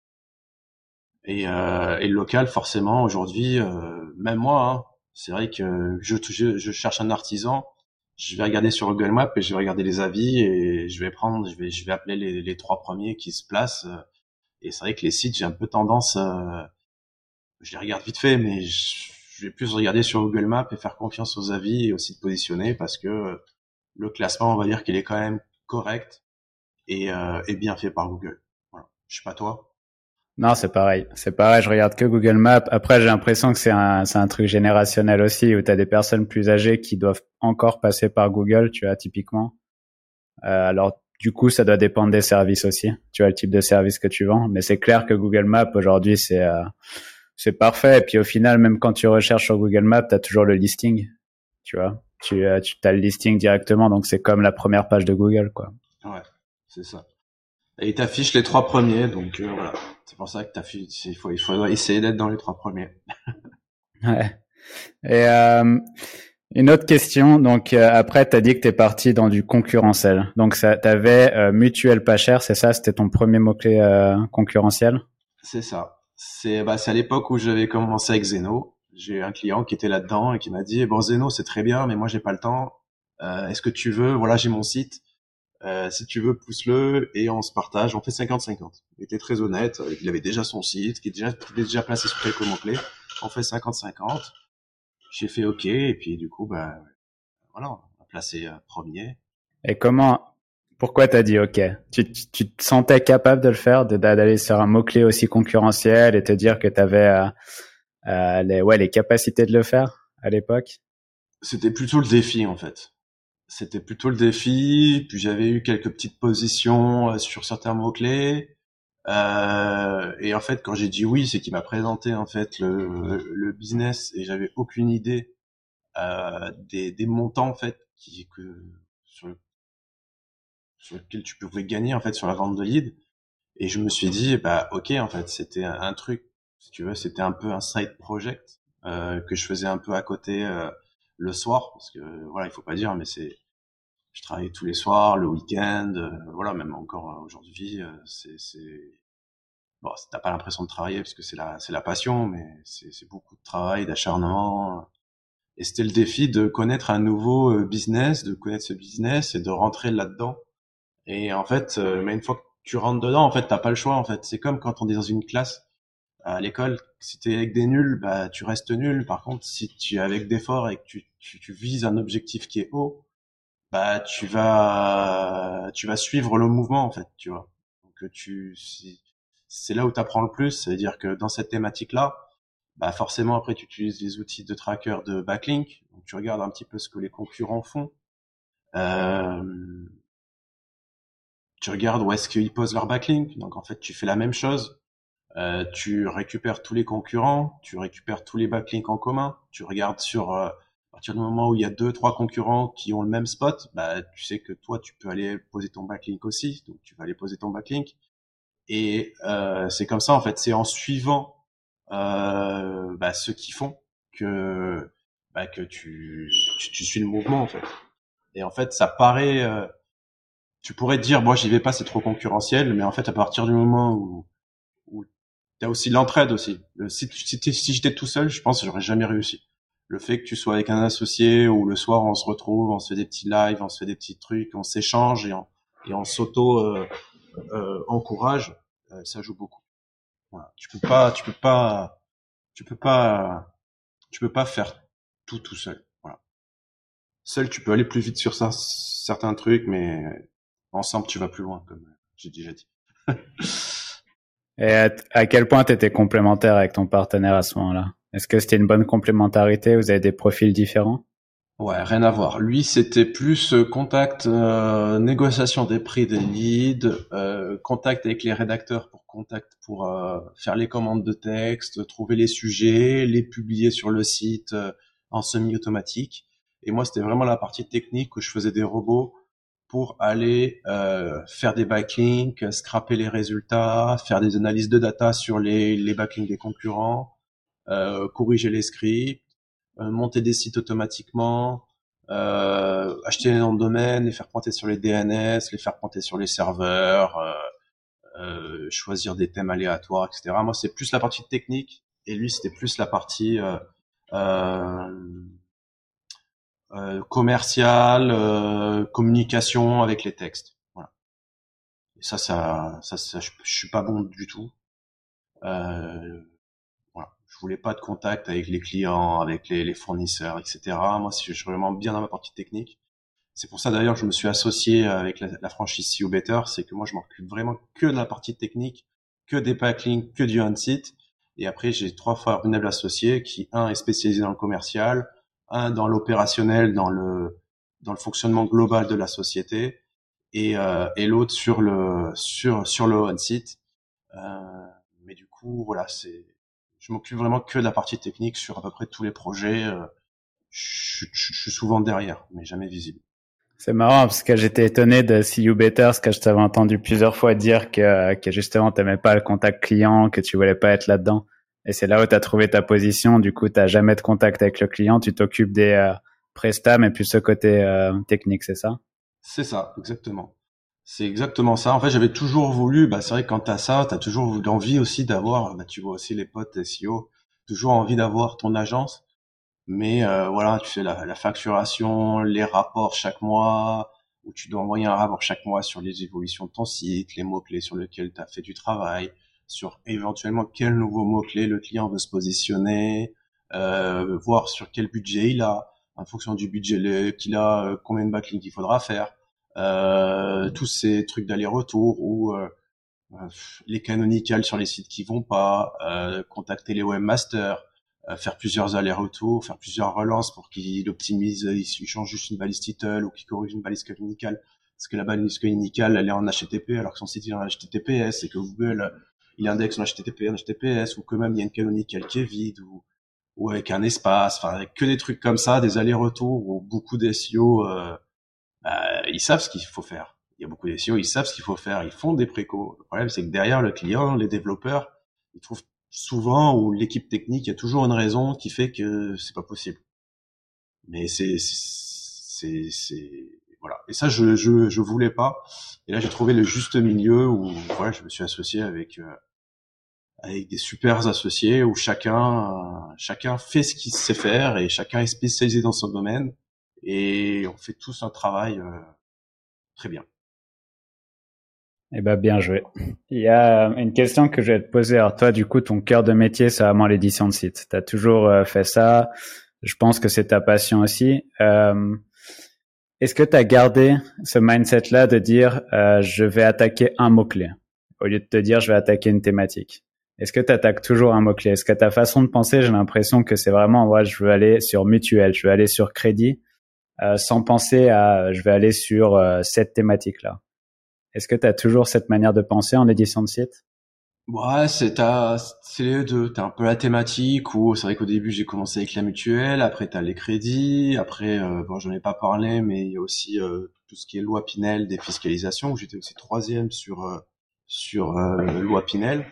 Et le local, forcément, aujourd'hui, même moi, hein, c'est vrai que je cherche un artisan, je vais regarder sur Google Maps et je vais regarder les avis et je vais appeler les trois premiers qui se placent. Et c'est vrai que les sites, j'ai un peu tendance, je les regarde vite fait, mais je vais plus regarder sur Google Maps et faire confiance aux avis et aux sites positionnés parce que le classement, on va dire qu'il est quand même correct et bien fait par Google. Voilà. Je sais pas toi. Non, c'est pareil. C'est pareil, je regarde que Google Maps. Après, j'ai l'impression que c'est un truc générationnel aussi, où tu as des personnes plus âgées qui doivent encore passer par Google, tu vois, typiquement. Alors, du coup, ça doit dépendre des services aussi. Tu vois, le type de service que tu vends. Mais c'est clair que Google Maps, aujourd'hui, c'est parfait. Et puis, au final, même quand tu recherches sur Google Maps, tu as toujours le listing, tu vois. Tu as le listing directement, donc c'est comme la première page de Google, quoi. Ouais, c'est ça. Et il t'affiche les trois premiers, donc voilà. C'est pour ça que il faut essayer d'être dans les trois premiers. Ouais. Et une autre question. Donc après, t'as dit que t'es parti dans du concurrentiel. Donc ça, t'avais mutuel pas cher, c'est ça? C'était ton premier mot-clé concurrentiel? C'est ça. C'est à l'époque où j'avais commencé avec Zeno. J'ai eu un client qui était là-dedans et qui m'a dit bon Zeno c'est très bien mais moi j'ai pas le temps. Est-ce que tu veux voilà j'ai mon site. Si tu veux pousse-le et on se partage. On fait 50-50. Il était très honnête. Il avait déjà son site qui est déjà placé sur quelques mots-clés. On fait 50-50. J'ai fait OK et puis du coup bah voilà on a placé premier. Et pourquoi t'as dit OK? Tu te sentais capable de le faire, d'aller sur un mot-clé aussi concurrentiel et te dire que t'avais les capacités de le faire à l'époque? C'était plutôt le défi en fait. C'était plutôt le défi. Puis j'avais eu quelques petites positions sur certains mots-clés. Et en fait, quand j'ai dit oui, c'est qu'il m'a présenté en fait le business et j'avais aucune idée des montants en fait sur, le- sur lequel tu pouvais gagner en fait sur la vente de leads. Et je me suis dit, bah ok, en fait, c'était un truc, si tu veux, c'était un peu un side project que je faisais un peu à côté le soir, parce que voilà, il faut pas dire, mais je travaillais tous les soirs, le week-end, voilà, même encore aujourd'hui, bon, t'as pas l'impression de travailler parce que c'est la passion, mais c'est beaucoup de travail, d'acharnement. Et c'était le défi de connaître un nouveau business, de connaître ce business et de rentrer là-dedans. Et en fait, mais une fois que tu rentres dedans, en fait, t'as pas le choix. En fait, c'est comme quand on est dans une classe à l'école. Si t'es avec des nuls, bah tu restes nul. Par contre, si tu es avec des forts et que tu vises un objectif qui est haut, bah tu vas suivre le mouvement en fait, tu vois. Donc c'est là où tu apprends le plus, c'est-à-dire que dans cette thématique-là, bah forcément après tu utilises les outils de tracker de backlink, donc tu regardes un petit peu ce que les concurrents font. Euh, Tu regardes où est-ce qu'ils posent leur backlink. Donc en fait, tu fais la même chose. Tu récupères tous les concurrents, tu récupères tous les backlinks en commun. Tu regardes à partir du moment où il y a deux, trois concurrents qui ont le même spot, bah tu sais que toi tu peux aller poser ton backlink aussi. Donc tu vas aller poser ton backlink. Et c'est comme ça en fait. C'est en suivant ceux qui font que que tu suis le mouvement en fait. Et en fait, ça paraît tu pourrais te dire, moi, j'y vais pas, c'est trop concurrentiel, mais en fait, à partir du moment où t'as aussi l'entraide aussi. Si j'étais tout seul, je pense que j'aurais jamais réussi. Le fait que tu sois avec un associé ou le soir on se retrouve, on se fait des petits lives, on se fait des petits trucs, on s'échange et on s'auto encourage, ça joue beaucoup. Voilà. Tu peux pas, tu peux pas faire tout seul. Voilà. Seul, tu peux aller plus vite sur certains trucs, mais ensemble, tu vas plus loin, comme j'ai déjà dit. Et à quel point tu étais complémentaire avec ton partenaire à ce moment-là? Est-ce que c'était une bonne complémentarité? Vous avez des profils différents? Ouais, rien à voir. Lui, c'était plus contact, négociation des prix des leads, contact avec les rédacteurs pour faire les commandes de texte, trouver les sujets, les publier sur le site en semi-automatique. Et moi, c'était vraiment la partie technique où je faisais des robots pour aller faire des backlinks, scraper les résultats, faire des analyses de data sur les backlinks des concurrents, corriger les scripts, monter des sites automatiquement, acheter les noms de domaine, les faire pointer sur les DNS, les faire pointer sur les serveurs, choisir des thèmes aléatoires, etc. Moi, c'est plus la partie technique et lui, c'était plus la partie euh, commerciale, communication avec les textes. Voilà. Et je suis pas bon du tout. Euh, Voilà. Je voulais pas de contact avec les clients, avec les fournisseurs, etc. Moi, si je suis vraiment bien dans ma partie technique. C'est pour ça d'ailleurs que je me suis associé avec la franchise See You Better, c'est que moi je m'occupe vraiment que de la partie technique, que des backlinks, que du on-site. Et après j'ai trois formidables associés qui un est spécialisé dans le commercial, un dans l'opérationnel, dans le fonctionnement global de la société, et l'autre sur le on-site. Euh, mais du coup, voilà, je m'occupe vraiment que de la partie technique sur à peu près tous les projets. Je suis souvent derrière, mais jamais visible. C'est marrant parce que j'étais étonné de See You Better, parce que je t'avais entendu plusieurs fois dire que justement t'aimais pas le contact client, que tu voulais pas être là-dedans. Et c'est là où t'as trouvé ta position. Du coup, t'as jamais de contact avec le client, tu t'occupes des prestats, mais plus ce côté technique, c'est ça? C'est ça, exactement. C'est exactement ça. En fait, j'avais toujours voulu, bah, c'est vrai que quand t'as ça, t'as toujours envie aussi d'avoir, bah, tu vois aussi les potes SEO, toujours envie d'avoir ton agence. Mais voilà, tu fais la facturation, les rapports chaque mois, où tu dois envoyer un rapport chaque mois sur les évolutions de ton site, les mots-clés sur lesquels tu as fait du travail, sur éventuellement quel nouveau mot-clé le client veut se positionner, voir sur quel budget il a, en fonction du budget qu'il a, combien de backlinks il faudra faire, tous ces trucs d'aller-retour ou les canonicales sur les sites qui vont pas, contacter les webmasters, faire plusieurs allers-retours, faire plusieurs relances pour qu'il optimise, il change juste une balise title ou qu'il corrige une balise canonicale. Parce que la balise canonicale, elle est en HTTP alors que son site il est en HTTPS et que Google, il indexe en HTTP, en HTTPS ou que même il y a une canonicale qui est vide ou ou avec un espace, enfin avec que des trucs comme ça, des allers-retours où beaucoup d'SEO ils savent ce qu'il faut faire. Il y a beaucoup d'SEO, ils savent ce qu'il faut faire, ils font des précaux. Le problème, c'est que derrière le client, les développeurs, ils trouvent souvent, ou l'équipe technique, il y a toujours une raison qui fait que c'est pas possible. Mais voilà. Et ça, je voulais pas. Et là, j'ai trouvé le juste milieu où, voilà, je me suis associé avec des super associés où chacun fait ce qu'il sait faire et chacun est spécialisé dans son domaine et on fait tous un travail très bien. Eh ben, bien joué. Il y a une question que je vais te poser. Alors toi, du coup, ton cœur de métier, c'est vraiment l'édition de site. Tu as toujours fait ça. Je pense que c'est ta passion aussi. Est-ce que tu as gardé ce mindset-là de dire je vais attaquer un mot-clé au lieu de te dire je vais attaquer une thématique? Est-ce que tu attaques toujours un mot-clé? Est-ce que ta façon de penser, j'ai l'impression que c'est vraiment ouais, je veux aller sur mutuelle, je veux aller sur crédit sans penser à je vais aller sur cette thématique-là. Est-ce que tu as toujours cette manière de penser en édition de site? Ouais, c'est les deux. T'as un peu la thématique où c'est vrai qu'au début j'ai commencé avec la mutuelle, après t'as les crédits, après bon j'en ai pas parlé, mais il y a aussi tout ce qui est loi Pinel, défiscalisation où j'étais aussi troisième sur loi Pinel.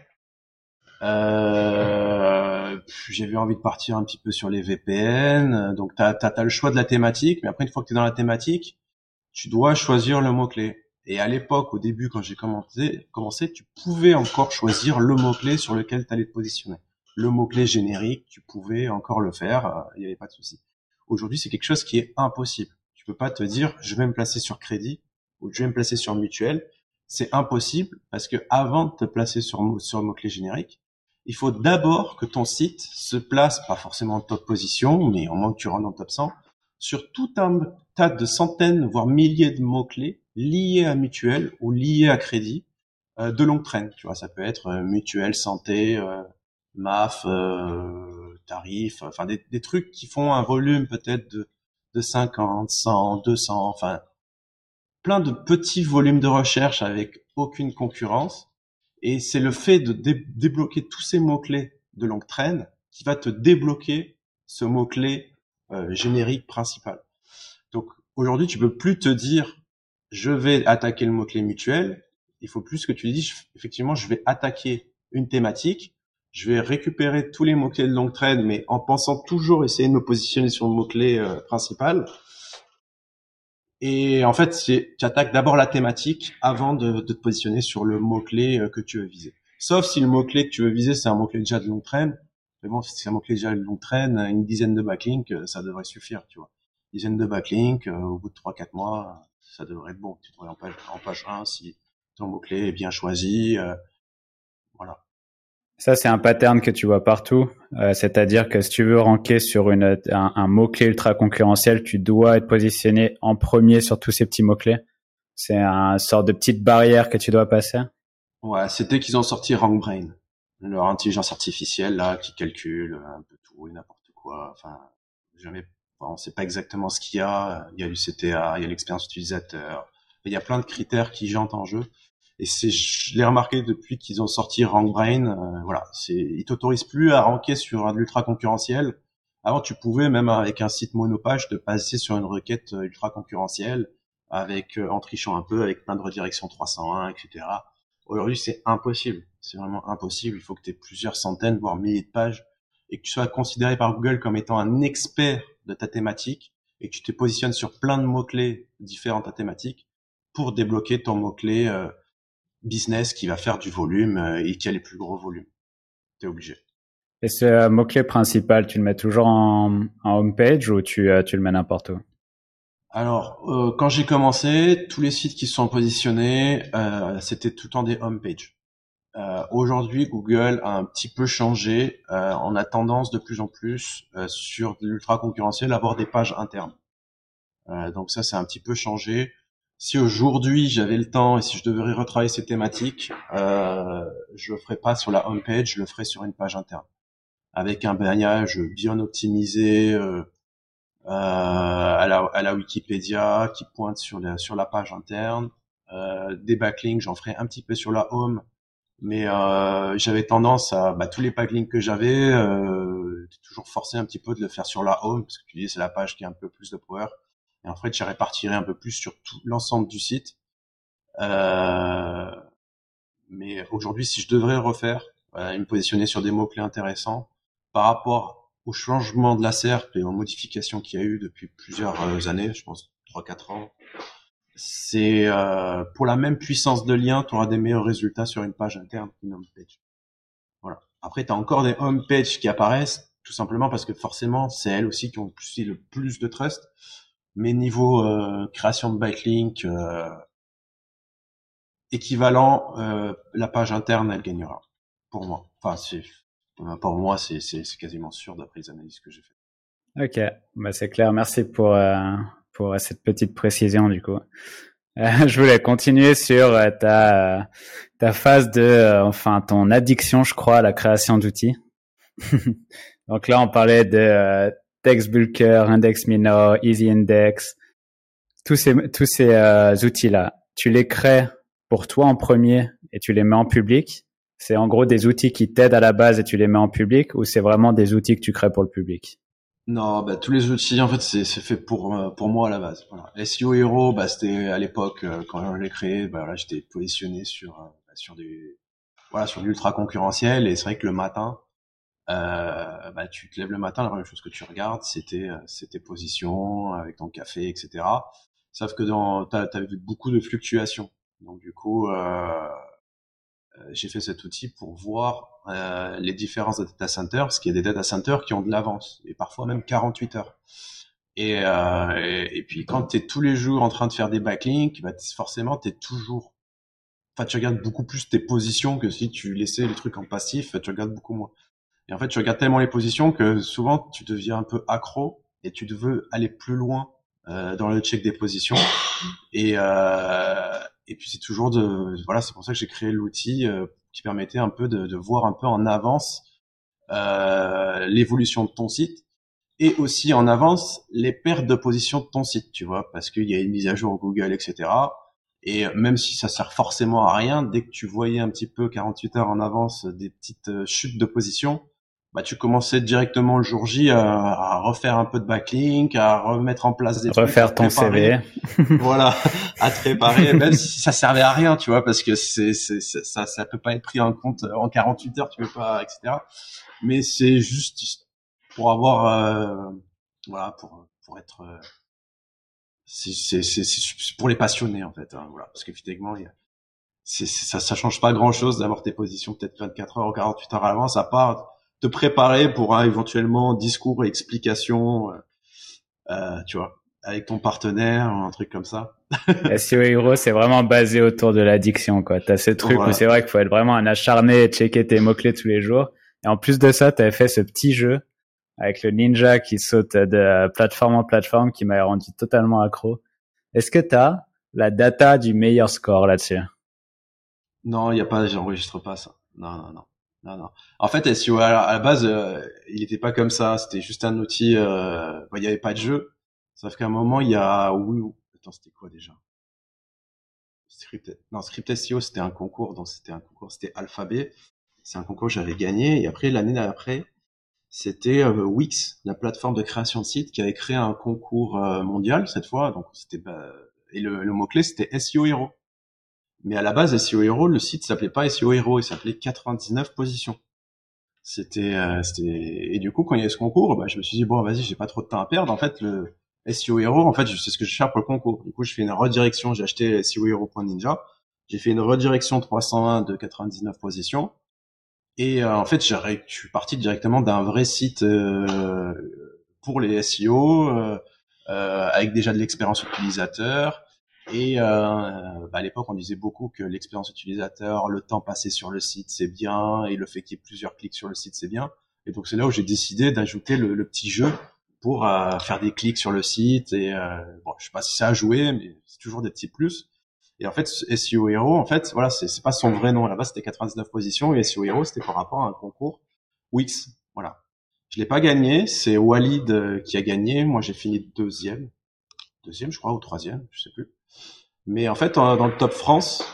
J'avais envie de partir un petit peu sur les VPN, donc t'as le choix de la thématique, mais après une fois que t'es dans la thématique, tu dois choisir le mot-clé. Et à l'époque, au début, quand j'ai commencé, tu pouvais encore choisir le mot-clé sur lequel tu allais te positionner. Le mot-clé générique, tu pouvais encore le faire, il n'y avait pas de souci. Aujourd'hui, c'est quelque chose qui est impossible. Tu peux pas te dire, je vais me placer sur crédit ou je vais me placer sur mutuelle. C'est impossible parce que avant de te placer sur le mot-clé générique, il faut d'abord que ton site se place, pas forcément en top position, mais au moins que tu rentres dans le top 100, sur tout un tas de centaines, voire milliers de mots-clés liés à mutuelle ou liés à crédit de longue traîne. Tu vois, ça peut être mutuelle, santé, MAF, tarif, enfin des trucs qui font un volume peut-être de 50, 100, 200, enfin plein de petits volumes de recherche avec aucune concurrence. Et c'est le fait de débloquer tous ces mots-clés de longue traîne qui va te débloquer ce mot-clé générique principal. Donc aujourd'hui, tu peux plus te dire je vais attaquer le mot-clé mutuel. Il faut plus que tu dis effectivement je vais attaquer une thématique. Je vais récupérer tous les mots-clés de longue traîne, mais en pensant toujours essayer de me positionner sur le mot-clé principal. Et en fait, tu attaques d'abord la thématique avant de te positionner sur le mot-clé que tu veux viser. Sauf si le mot-clé que tu veux viser, c'est un mot-clé déjà de longue traîne. Mais bon, si c'est un mot-clé déjà de longue traîne, une dizaine de backlinks, ça devrait suffire, tu vois. Une dizaine de backlinks, au bout de 3-4 mois, ça devrait être bon. Tu devrais en page 1 si ton mot-clé est bien choisi. Voilà. Ça, c'est un pattern que tu vois partout. C'est-à-dire que si tu veux ranker sur un mot-clé ultra concurrentiel, tu dois être positionné en premier sur tous ces petits mots-clés. C'est un sort de petite barrière que tu dois passer. Ouais, c'était qu'ils ont sorti RankBrain, leur intelligence artificielle là qui calcule un peu tout et n'importe quoi. Enfin, jamais, on sait pas exactement ce qu'il y a. Il y a du CTA, il y a l'expérience utilisateur. Il y a plein de critères qui entrent en jeu. Et je l'ai remarqué depuis qu'ils ont sorti RankBrain. Voilà, ils t'autorisent plus à ranker sur un ultra concurrentiel. Avant, tu pouvais même avec un site monopage te passer sur une requête ultra concurrentielle avec en trichant un peu avec plein de redirections 301, etc. Aujourd'hui, c'est impossible. C'est vraiment impossible. Il faut que tu aies plusieurs centaines, voire milliers de pages et que tu sois considéré par Google comme étant un expert de ta thématique et que tu te positionnes sur plein de mots-clés différents de ta thématique pour débloquer ton mot-clé business qui va faire du volume et qui a les plus gros volumes. T'es obligé. Et ce mot-clé principal, tu le mets toujours en homepage ou tu le mets n'importe où? Alors, quand j'ai commencé, tous les sites qui sont positionnés, c'était tout le temps des homepages. Aujourd'hui, Google a un petit peu changé. On a tendance de plus en plus sur l'ultra concurrentiel à avoir des pages internes. Donc ça, c'est un petit peu changé. Si aujourd'hui j'avais le temps et si je devrais retravailler ces thématiques, je le ferais pas sur la homepage, je le ferais sur une page interne avec un bagnage bien optimisé à la Wikipédia qui pointe sur la page interne. Des backlinks, j'en ferai un petit peu sur la home Mais j'avais tendance à tous les backlinks que j'avais, toujours forcé un petit peu de le faire sur la home parce que tu dis c'est la page qui a un peu plus de power. Et en fait, j'y répartirais un peu plus sur tout l'ensemble du site. Euh, mais aujourd'hui, si je devrais refaire, me positionner sur des mots-clés intéressants par rapport au changement de la SERP et aux modifications qu'il y a eu depuis plusieurs années, je pense 3-4 ans, c'est pour la même puissance de lien, tu auras des meilleurs résultats sur une page interne qu'une homepage. Voilà. Après, tu as encore des homepages qui apparaissent, tout simplement parce que forcément, c'est elles aussi qui ont le plus de trust. Mais niveau création de backlink équivalent, la page interne, elle gagnera. Pour moi. Enfin, pour moi, c'est quasiment sûr d'après les analyses que j'ai faites. Ok, bah c'est clair. Merci pour cette petite précision du coup. Je voulais continuer sur ta phase de enfin ton addiction, je crois, à la création d'outils. Donc là, on parlait de TextBulker, IndexMinor, EasyIndex, tous ces outils-là. Tu les crées pour toi en premier et tu les mets en public. C'est en gros des outils qui t'aident à la base et tu les mets en public, ou c'est vraiment des outils que tu crées pour le public? Non, tous les outils, en fait, c'est fait pour moi à la base. Voilà. SEO Hero, c'était à l'époque quand je l'ai créé, là, j'étais positionné sur sur l'ultra concurrentiel, et c'est vrai que le matin, tu te lèves le matin, la première chose que tu regardes, c'était tes positions avec ton café, etc. Sauf que t'as vu beaucoup de fluctuations. Donc du coup, j'ai fait cet outil pour voir les différences de data centers, parce qu'il y a des data centers qui ont de l'avance, et parfois même 48 heures. Et puis quand tu es tous les jours en train de faire des backlinks, forcément tu es toujours... Enfin, tu regardes beaucoup plus tes positions que si tu laissais le truc en passif, tu regardes beaucoup moins. Et en fait, tu regardes tellement les positions que souvent tu deviens un peu accro et tu veux aller plus loin dans le check des positions. Et puis c'est toujours c'est pour ça que j'ai créé l'outil qui permettait un peu de voir un peu en avance l'évolution de ton site, et aussi en avance les pertes de position de ton site, tu vois, parce qu'il y a une mise à jour Google, etc. Et même si ça sert forcément à rien, dès que tu voyais un petit peu 48 heures en avance des petites chutes de position, tu commençais directement le jour J à refaire un peu de backlink, à remettre en place des trucs, à Refaire te ton préparer. CV. Voilà, à te préparer, même si ça servait à rien, tu vois, parce que ça peut pas être pris en compte en 48 heures, tu peux pas, etc. Mais c'est juste pour avoir, pour être, c'est pour les passionnés en fait, hein, voilà, parce qu'effectivement, ça change pas grand chose d'avoir tes positions peut-être 24 heures ou 48 heures à l'avance, à part te préparer pour un éventuellement discours et explication, tu vois, avec ton partenaire ou un truc comme ça. SEO Hero, c'est vraiment basé autour de l'addiction, quoi. T'as ce truc où Voilà. c'est vrai qu'il faut être vraiment un acharné et checker tes mots-clés tous les jours. Et en plus de ça, t'avais fait ce petit jeu avec le ninja qui saute de plateforme en plateforme qui m'a rendu totalement accro. Est-ce que t'as la data du meilleur score là-dessus? Non, il y a pas, j'enregistre pas ça. Non, non, non. Non, non. En fait, SEO à la base, il était pas comme ça. C'était juste un outil. Il y avait pas de jeu. Sauf qu'à un moment, il y a. Oui, attends, c'était quoi déjà? Script SEO, c'était un concours. Donc c'était un concours. C'était Alphabet. C'est un concours que j'avais gagné. Et après, l'année d'après, c'était Wix, la plateforme de création de sites, qui avait créé un concours mondial cette fois. Donc c'était et le mot clé, c'était SEO Hero. Mais à la base, SEO Hero, le site s'appelait pas SEO Hero, il s'appelait 99 positions. Et du coup, quand il y a eu ce concours, je me suis dit, bon, vas-y, j'ai pas trop de temps à perdre. En fait, le SEO Hero, en fait, c'est ce que je cherche pour le concours. Du coup, je fais une redirection, j'ai acheté SEOhero.ninja. J'ai fait une redirection 301 de 99 positions. Et en fait, je suis parti directement d'un vrai site pour les SEO, avec déjà de l'expérience utilisateur. Et à l'époque, on disait beaucoup que l'expérience utilisateur, le temps passé sur le site, c'est bien, et le fait qu'il y ait plusieurs clics sur le site, c'est bien. Et donc c'est là où j'ai décidé d'ajouter le petit jeu pour faire des clics sur le site. Et bon, je sais pas si ça a joué, mais c'est toujours des petits plus. Et en fait, SEO Hero, en fait, voilà, c'est pas son vrai nom. À la base, c'était 99 positions, et SEO Hero, c'était par rapport à un concours Wix. Voilà. Je l'ai pas gagné, c'est Walid qui a gagné. Moi, j'ai fini deuxième, je crois, ou troisième, je sais plus. Mais en fait, dans le top France,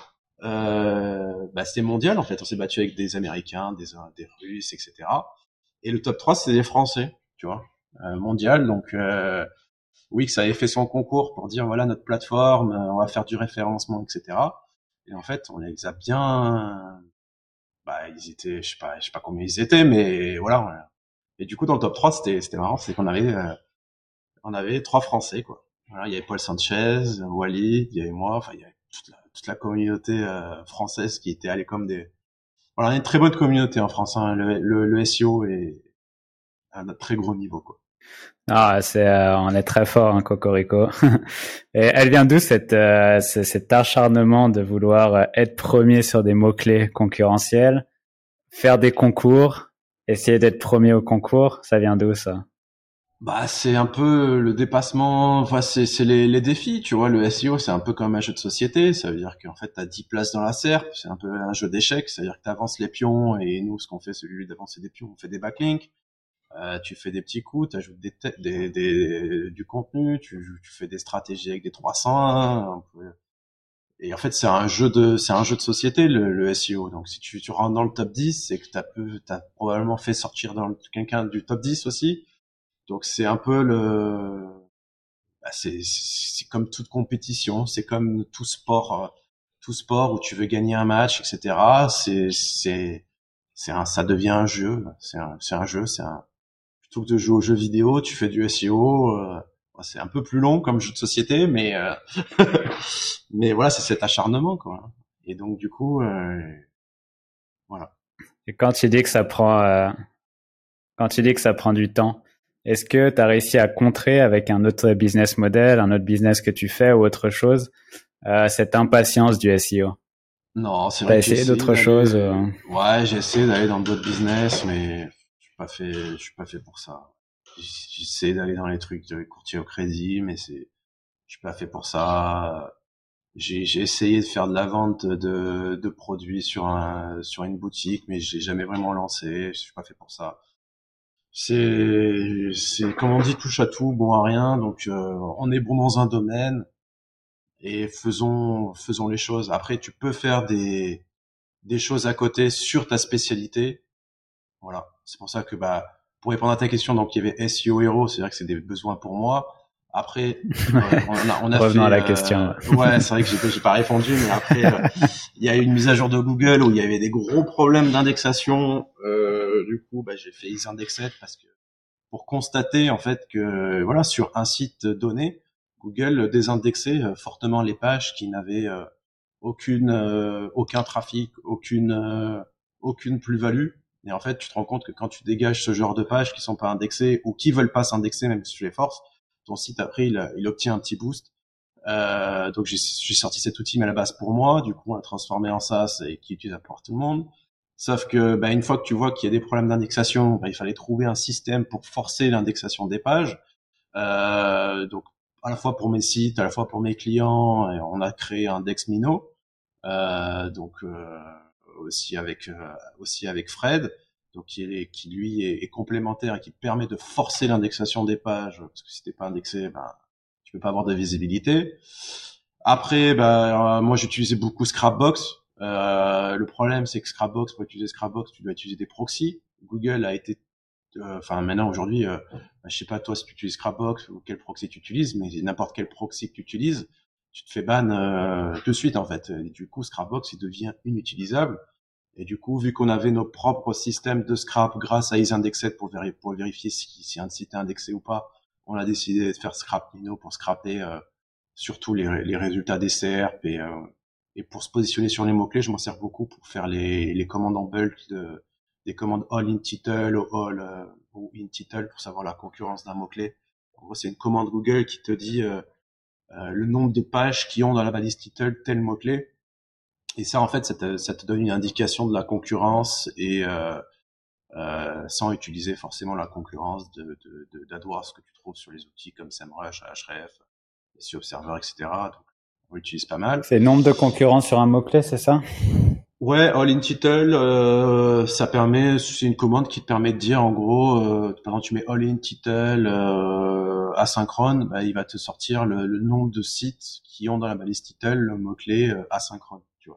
C'était mondial en fait. On s'est battu avec des Américains, des Russes, etc. Et le top 3 c'était des Français, tu vois, mondial. Donc oui, que ça avait fait son concours pour dire voilà notre plateforme, on va faire du référencement, etc. Et en fait, on les a bien, ils étaient, je sais pas combien ils étaient, mais voilà. Et du coup, dans le top 3 c'était marrant, c'est qu'on avait, on avait 3 Français, quoi. Voilà, il y avait Paul Sanchez, Walid, il y avait moi, enfin, il y avait toute la communauté française qui était allée comme des. Voilà, on a une très bonne communauté en France, hein. Le SEO est à un très gros niveau, quoi. Ah, on est très fort, hein, Cocorico. Et elle vient d'où cet acharnement de vouloir être premier sur des mots-clés concurrentiels, faire des concours, essayer d'être premier au concours? Ça vient d'où, ça? C'est un peu le dépassement, enfin, c'est les défis, tu vois. Le SEO, c'est un peu comme un jeu de société. Ça veut dire qu'en fait, t'as 10 places dans la SERP. C'est un peu un jeu d'échecs. C'est-à-dire que t'avances les pions et nous, ce qu'on fait, c'est lui d'avancer des pions. On fait des backlinks. Tu fais des petits coups, tu ajoutes du contenu, tu fais des stratégies avec des 301. Et en fait, c'est un jeu de société, le SEO. Donc, si tu rentres dans le top 10, c'est que t'as probablement fait sortir quelqu'un du top 10 aussi. Donc, c'est un peu c'est comme toute compétition, c'est comme tout sport où tu veux gagner un match, etc. Ça devient un jeu. C'est un jeu, plutôt que de jouer aux jeux vidéo, tu fais du SEO. C'est un peu plus long comme jeu de société, mais mais voilà, c'est cet acharnement, quoi. Et donc du coup, voilà. Et quand tu dis que ça prend du temps, est-ce que tu as réussi à contrer avec un autre business model, un autre business que tu fais ou autre chose, cette impatience du SEO? Non, c'est T'as vrai que essayé d'autres choses? ouais, j'ai essayé d'aller dans d'autres business, mais je suis pas fait pour ça. J'essaie d'aller dans les trucs de courtier au crédit, mais je suis pas fait pour ça. J'ai essayé de faire de la vente de produits sur une boutique, mais j'ai jamais vraiment lancé. Je suis pas fait pour ça. C'est comme on dit, touche à tout, bon à rien. Donc on est bon dans un domaine et faisons les choses. Après, tu peux faire des choses à côté sur ta spécialité. Voilà. C'est pour ça que pour répondre à ta question, donc il y avait SEO Hero, c'est-à-dire que c'est des besoins pour moi. Après, on a Revenons fait, à la question. ouais, c'est vrai que j'ai pas répondu, mais après, il y a eu une mise à jour de Google où il y avait des gros problèmes d'indexation. Du coup, j'ai fait Isindexed parce que pour constater en fait que voilà, sur un site donné, Google désindexait fortement les pages qui n'avaient aucun trafic, aucune plus-value. Et en fait, tu te rends compte que quand tu dégages ce genre de pages qui sont pas indexées ou qui veulent pas s'indexer, même si tu les forces, ton site après il obtient un petit boost. Donc j'ai sorti cet outil mais à la base pour moi. Du coup, on l'a transformé en SaaS et qui est utilisable pour tout le monde. Sauf que une fois que tu vois qu'il y a des problèmes d'indexation, il fallait trouver un système pour forcer l'indexation des pages. Donc à la fois pour mes sites, à la fois pour mes clients, et on a créé un Dexmino. Donc aussi avec Fred, donc qui lui est complémentaire et qui permet de forcer l'indexation des pages parce que si t'es pas indexé, tu peux pas avoir de visibilité. Après, moi j'utilisais beaucoup Scrapbox. Le problème c'est que Scrapbox, pour utiliser Scrapbox, tu dois utiliser des proxys. Google a été maintenant aujourd'hui, je sais pas toi si tu utilises Scrapbox ou quel proxy tu utilises, mais n'importe quel proxy que tu utilises, tu te fais ban de suite en fait. Et du coup, Scrapbox il devient inutilisable. Et du coup, vu qu'on avait nos propres systèmes de scrap grâce à Isindexed pour vérifier si un site est indexé ou pas, on a décidé de faire Scrapmino pour scraper surtout les résultats des SERP et pour se positionner sur les mots-clés, je m'en sers beaucoup pour faire les commandes en bulk des commandes all in title ou in title pour savoir la concurrence d'un mot-clé. En gros, c'est une commande Google qui te dit le nombre de pages qui ont dans la balise title tel mot-clé. Et ça, en fait, ça te donne une indication de la concurrence et sans utiliser forcément la concurrence d'AdWords que tu trouves sur les outils comme SEMrush, Ahref, SEO Observer, etc. Donc, on l'utilise pas mal. C'est nombre de concurrents sur un mot-clé, c'est ça? Ouais, All in Title, c'est une commande qui te permet de dire en gros, par exemple tu mets All in Title asynchrone, il va te sortir le nombre de sites qui ont dans la balise title le mot-clé asynchrone, tu vois.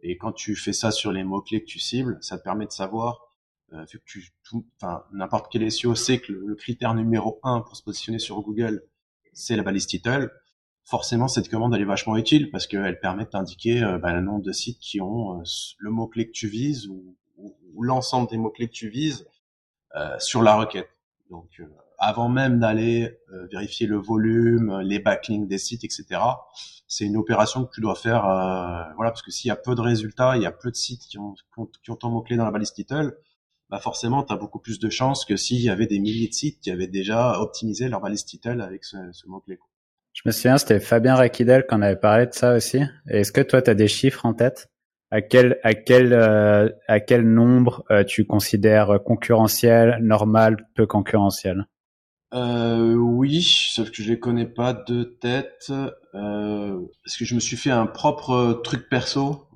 Et quand tu fais ça sur les mots-clés que tu cibles, ça te permet de savoir, vu que n'importe quel SEO sait que le critère numéro un pour se positionner sur Google, c'est la balise title. Forcément, cette commande, elle est vachement utile parce qu'elle permet d'indiquer le nombre de sites qui ont le mot-clé que tu vises ou l'ensemble des mots-clés que tu vises sur la requête. Donc, avant même d'aller vérifier le volume, les backlinks des sites, etc., c'est une opération que tu dois faire, parce que s'il y a peu de résultats, il y a peu de sites qui ont ton mot-clé dans la balise title, bah forcément, tu as beaucoup plus de chances que s'il y avait des milliers de sites qui avaient déjà optimisé leur balise title avec ce mot-clé. Je me souviens, c'était Fabien Rakidel qu'on avait parlé de ça aussi. Et est-ce que toi, tu as des chiffres en tête? À quel nombre tu considères concurrentiel, normal, peu concurrentiel? Oui, sauf que je les connais pas de tête, parce que je me suis fait un propre truc perso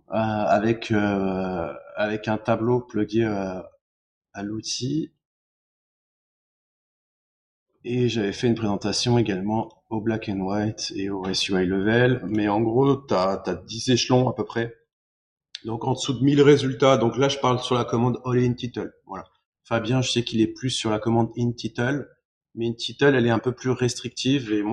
avec un tableau plugué à l'outil, et j'avais fait une présentation également au black and white et au SUI level, mais en gros t'as 10 échelons à peu près. Donc en dessous de 1000 résultats, donc là je parle sur la commande all in title. Voilà. Fabien, je sais qu'il est plus sur la commande in title, mais in title elle est un peu plus restrictive et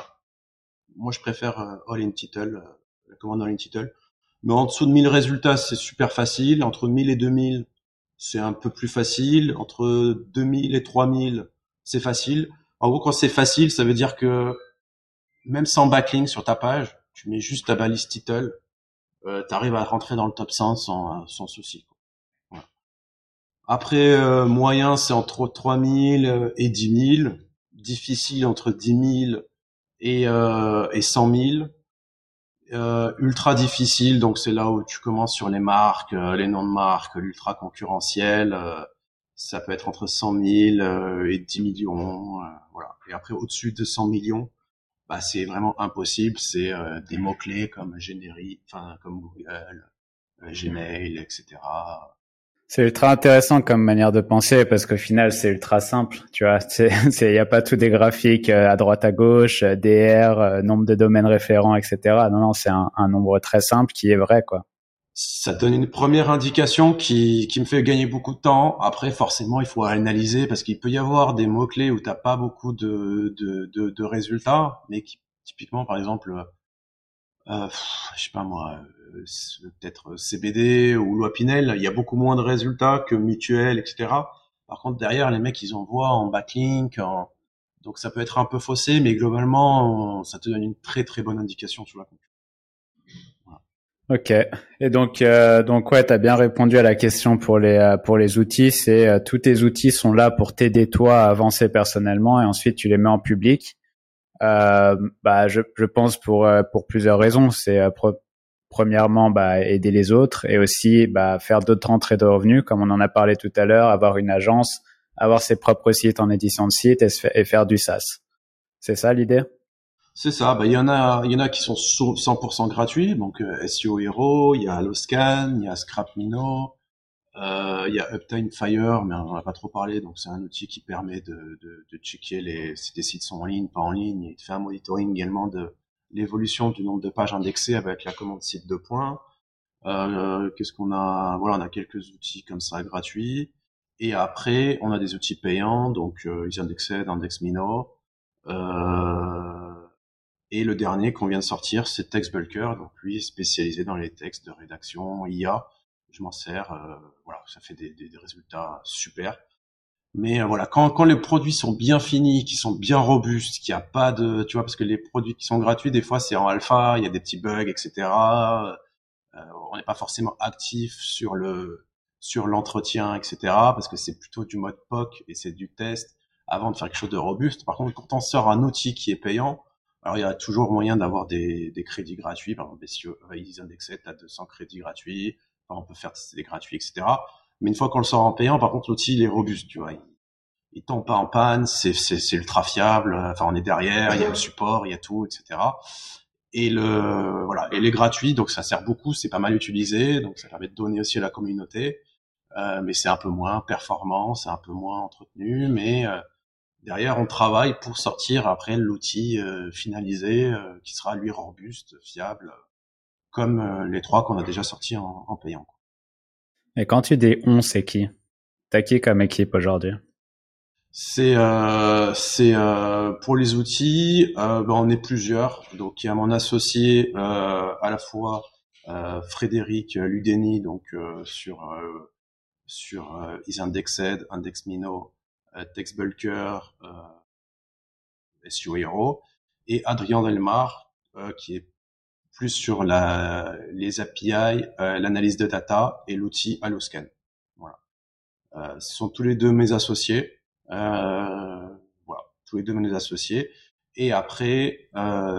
moi je préfère all in title, la commande all in title. Mais en dessous de 1000 résultats, c'est super facile. Entre 1000 et 2000, c'est un peu plus facile. Entre 2000 et 3000, c'est facile. En gros, quand c'est facile, ça veut dire que même sans backlink sur ta page, tu mets juste ta balise title, t'arrives à rentrer dans le top 100 sans souci. Voilà. Après, moyen, c'est entre 3000 et 10 000. Difficile entre 10 000 et 100 000. Ultra difficile, donc c'est là où tu commences sur les marques, les noms de marques, l'ultra concurrentiel. Ça peut être entre 100 000 et 10 millions. Voilà. Et après, au-dessus de 100 millions, bah, c'est vraiment impossible. C'est des mots-clés comme générique, comme Google, Gmail, etc. C'est ultra intéressant comme manière de penser parce qu'au final, c'est ultra simple. Tu vois, il y a pas tout des graphiques à droite à gauche, DR, nombre de domaines référents, etc. Non, c'est un nombre très simple qui est vrai, quoi. Ça donne une première indication qui me fait gagner beaucoup de temps. Après, forcément, il faut analyser parce qu'il peut y avoir des mots-clés où t'as pas beaucoup de résultats, mais typiquement, par exemple, je sais pas moi, peut-être CBD ou loi Pinel, il y a beaucoup moins de résultats que Mutuel, etc. Par contre, derrière, les mecs, ils envoient en backlink, donc ça peut être un peu faussé, mais globalement, ça te donne une très très bonne indication sur la concurrence. Voilà. Ok. Et donc ouais, t'as bien répondu à la question pour les outils. C'est tous tes outils sont là pour t'aider toi à avancer personnellement et ensuite tu les mets en public. Je pense pour plusieurs raisons. C'est premièrement aider les autres et aussi faire d'autres entrées de revenus comme on en a parlé tout à l'heure, avoir une agence, avoir ses propres sites en édition de site et faire du SaaS. C'est ça l'idée? C'est ça. Il y en a qui sont 100% gratuits. Donc SEO Hero, il y a Alloscan, il y a Scrapmino, il y a Uptime Fire, mais on en a pas trop parlé. Donc c'est un outil qui permet de checker si tes sites sont en ligne, pas en ligne, et de faire un monitoring également de l'évolution du nombre de pages indexées avec la commande site de points. Qu'est-ce qu'on a? Voilà, on a quelques outils comme ça gratuits. Et après, on a des outils payants, donc EasyIndexed, IndexMino. Euh, et le dernier qu'on vient de sortir, c'est TextBulker, donc lui est spécialisé dans les textes de rédaction IA. Je m'en sers, voilà, ça fait des résultats super. Mais voilà, quand les produits sont bien finis, qui sont bien robustes, qu'il n'y a pas de, tu vois, parce que les produits qui sont gratuits, des fois c'est en alpha, il y a des petits bugs, etc. On n'est pas forcément actif sur l'entretien, etc. Parce que c'est plutôt du mode POC et c'est du test avant de faire quelque chose de robuste. Par contre, quand on sort un outil qui est payant, alors il y a toujours moyen d'avoir des crédits gratuits. Par exemple, si Easy Indexed a 200 crédits gratuits, enfin, on peut faire des gratuits, etc. Mais une fois qu'on le sort en payant, par contre, l'outil il est robuste, tu vois. Il tombe pas en panne, c'est ultra fiable. Enfin, on est derrière, il y a le support, il y a tout, etc. Et il est gratuit, donc ça sert beaucoup, c'est pas mal utilisé, donc ça permet de donner aussi à la communauté. Mais c'est un peu moins performant, c'est un peu moins entretenu, mais derrière on travaille pour sortir après l'outil finalisé qui sera lui robuste, fiable, comme les 3 qu'on a déjà sortis en payant. Et quand tu dis on, c'est qui? T'as qui comme équipe aujourd'hui? C'est pour les outils, on est plusieurs. Donc il y a mon associé à la fois Frédéric Ludeni, donc sur IsIndexed, IndexMino, TextBulker, SEO Hero, et Adrien Delmar qui est plus sur les API, l'analyse de data et l'outil Alloscan. Voilà. Ce sont tous les deux mes associés. Voilà, tous les deux mes associés. Et après,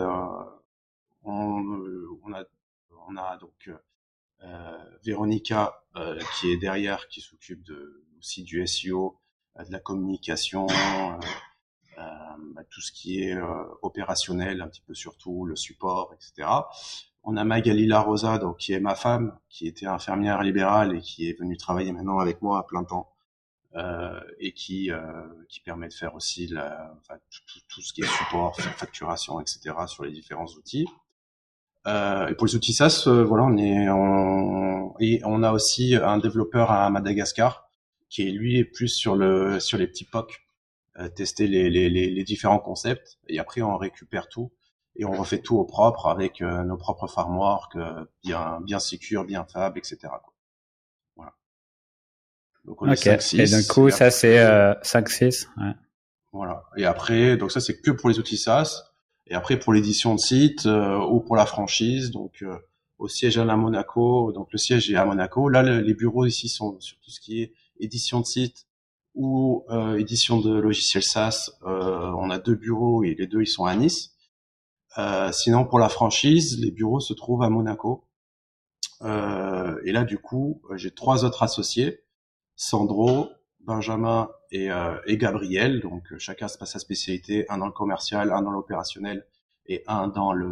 on a, on a donc Véronica qui est derrière, qui s'occupe aussi du SEO, de la communication, tout ce qui est opérationnel, un petit peu surtout le support, etc. On a Magali La Rosa, donc qui est ma femme, qui était infirmière libérale et qui est venue travailler maintenant avec moi à plein temps, et qui permet de faire aussi tout ce qui est support, facturation, etc. sur les différents outils. Et pour les outils SaaS, voilà, et on a aussi un développeur à Madagascar qui est lui plus sur les petits POC, tester les différents concepts, et après on récupère tout et on refait tout au propre avec nos propres frameworks bien secure, bien fab, etc. quoi. Voilà. Donc on est Ok. Et du 5-6 coup, et ça c'est après 5-6. Ouais. voilà. Et après, donc ça c'est que pour les outils SaaS. Et après pour l'édition de site ou pour la franchise, donc au siège à Monaco. Donc le siège est à Monaco. Là, les bureaux ici sont sur tout ce qui est édition de site ou édition de logiciels SaaS. On a 2 bureaux et les 2 ils sont à Nice. Sinon pour la franchise, les bureaux se trouvent à Monaco. Et là du coup, j'ai 3 autres associés. Sandro, Benjamin et Gabriel. Donc chacun se passe sa spécialité, un dans le commercial, un dans l'opérationnel et un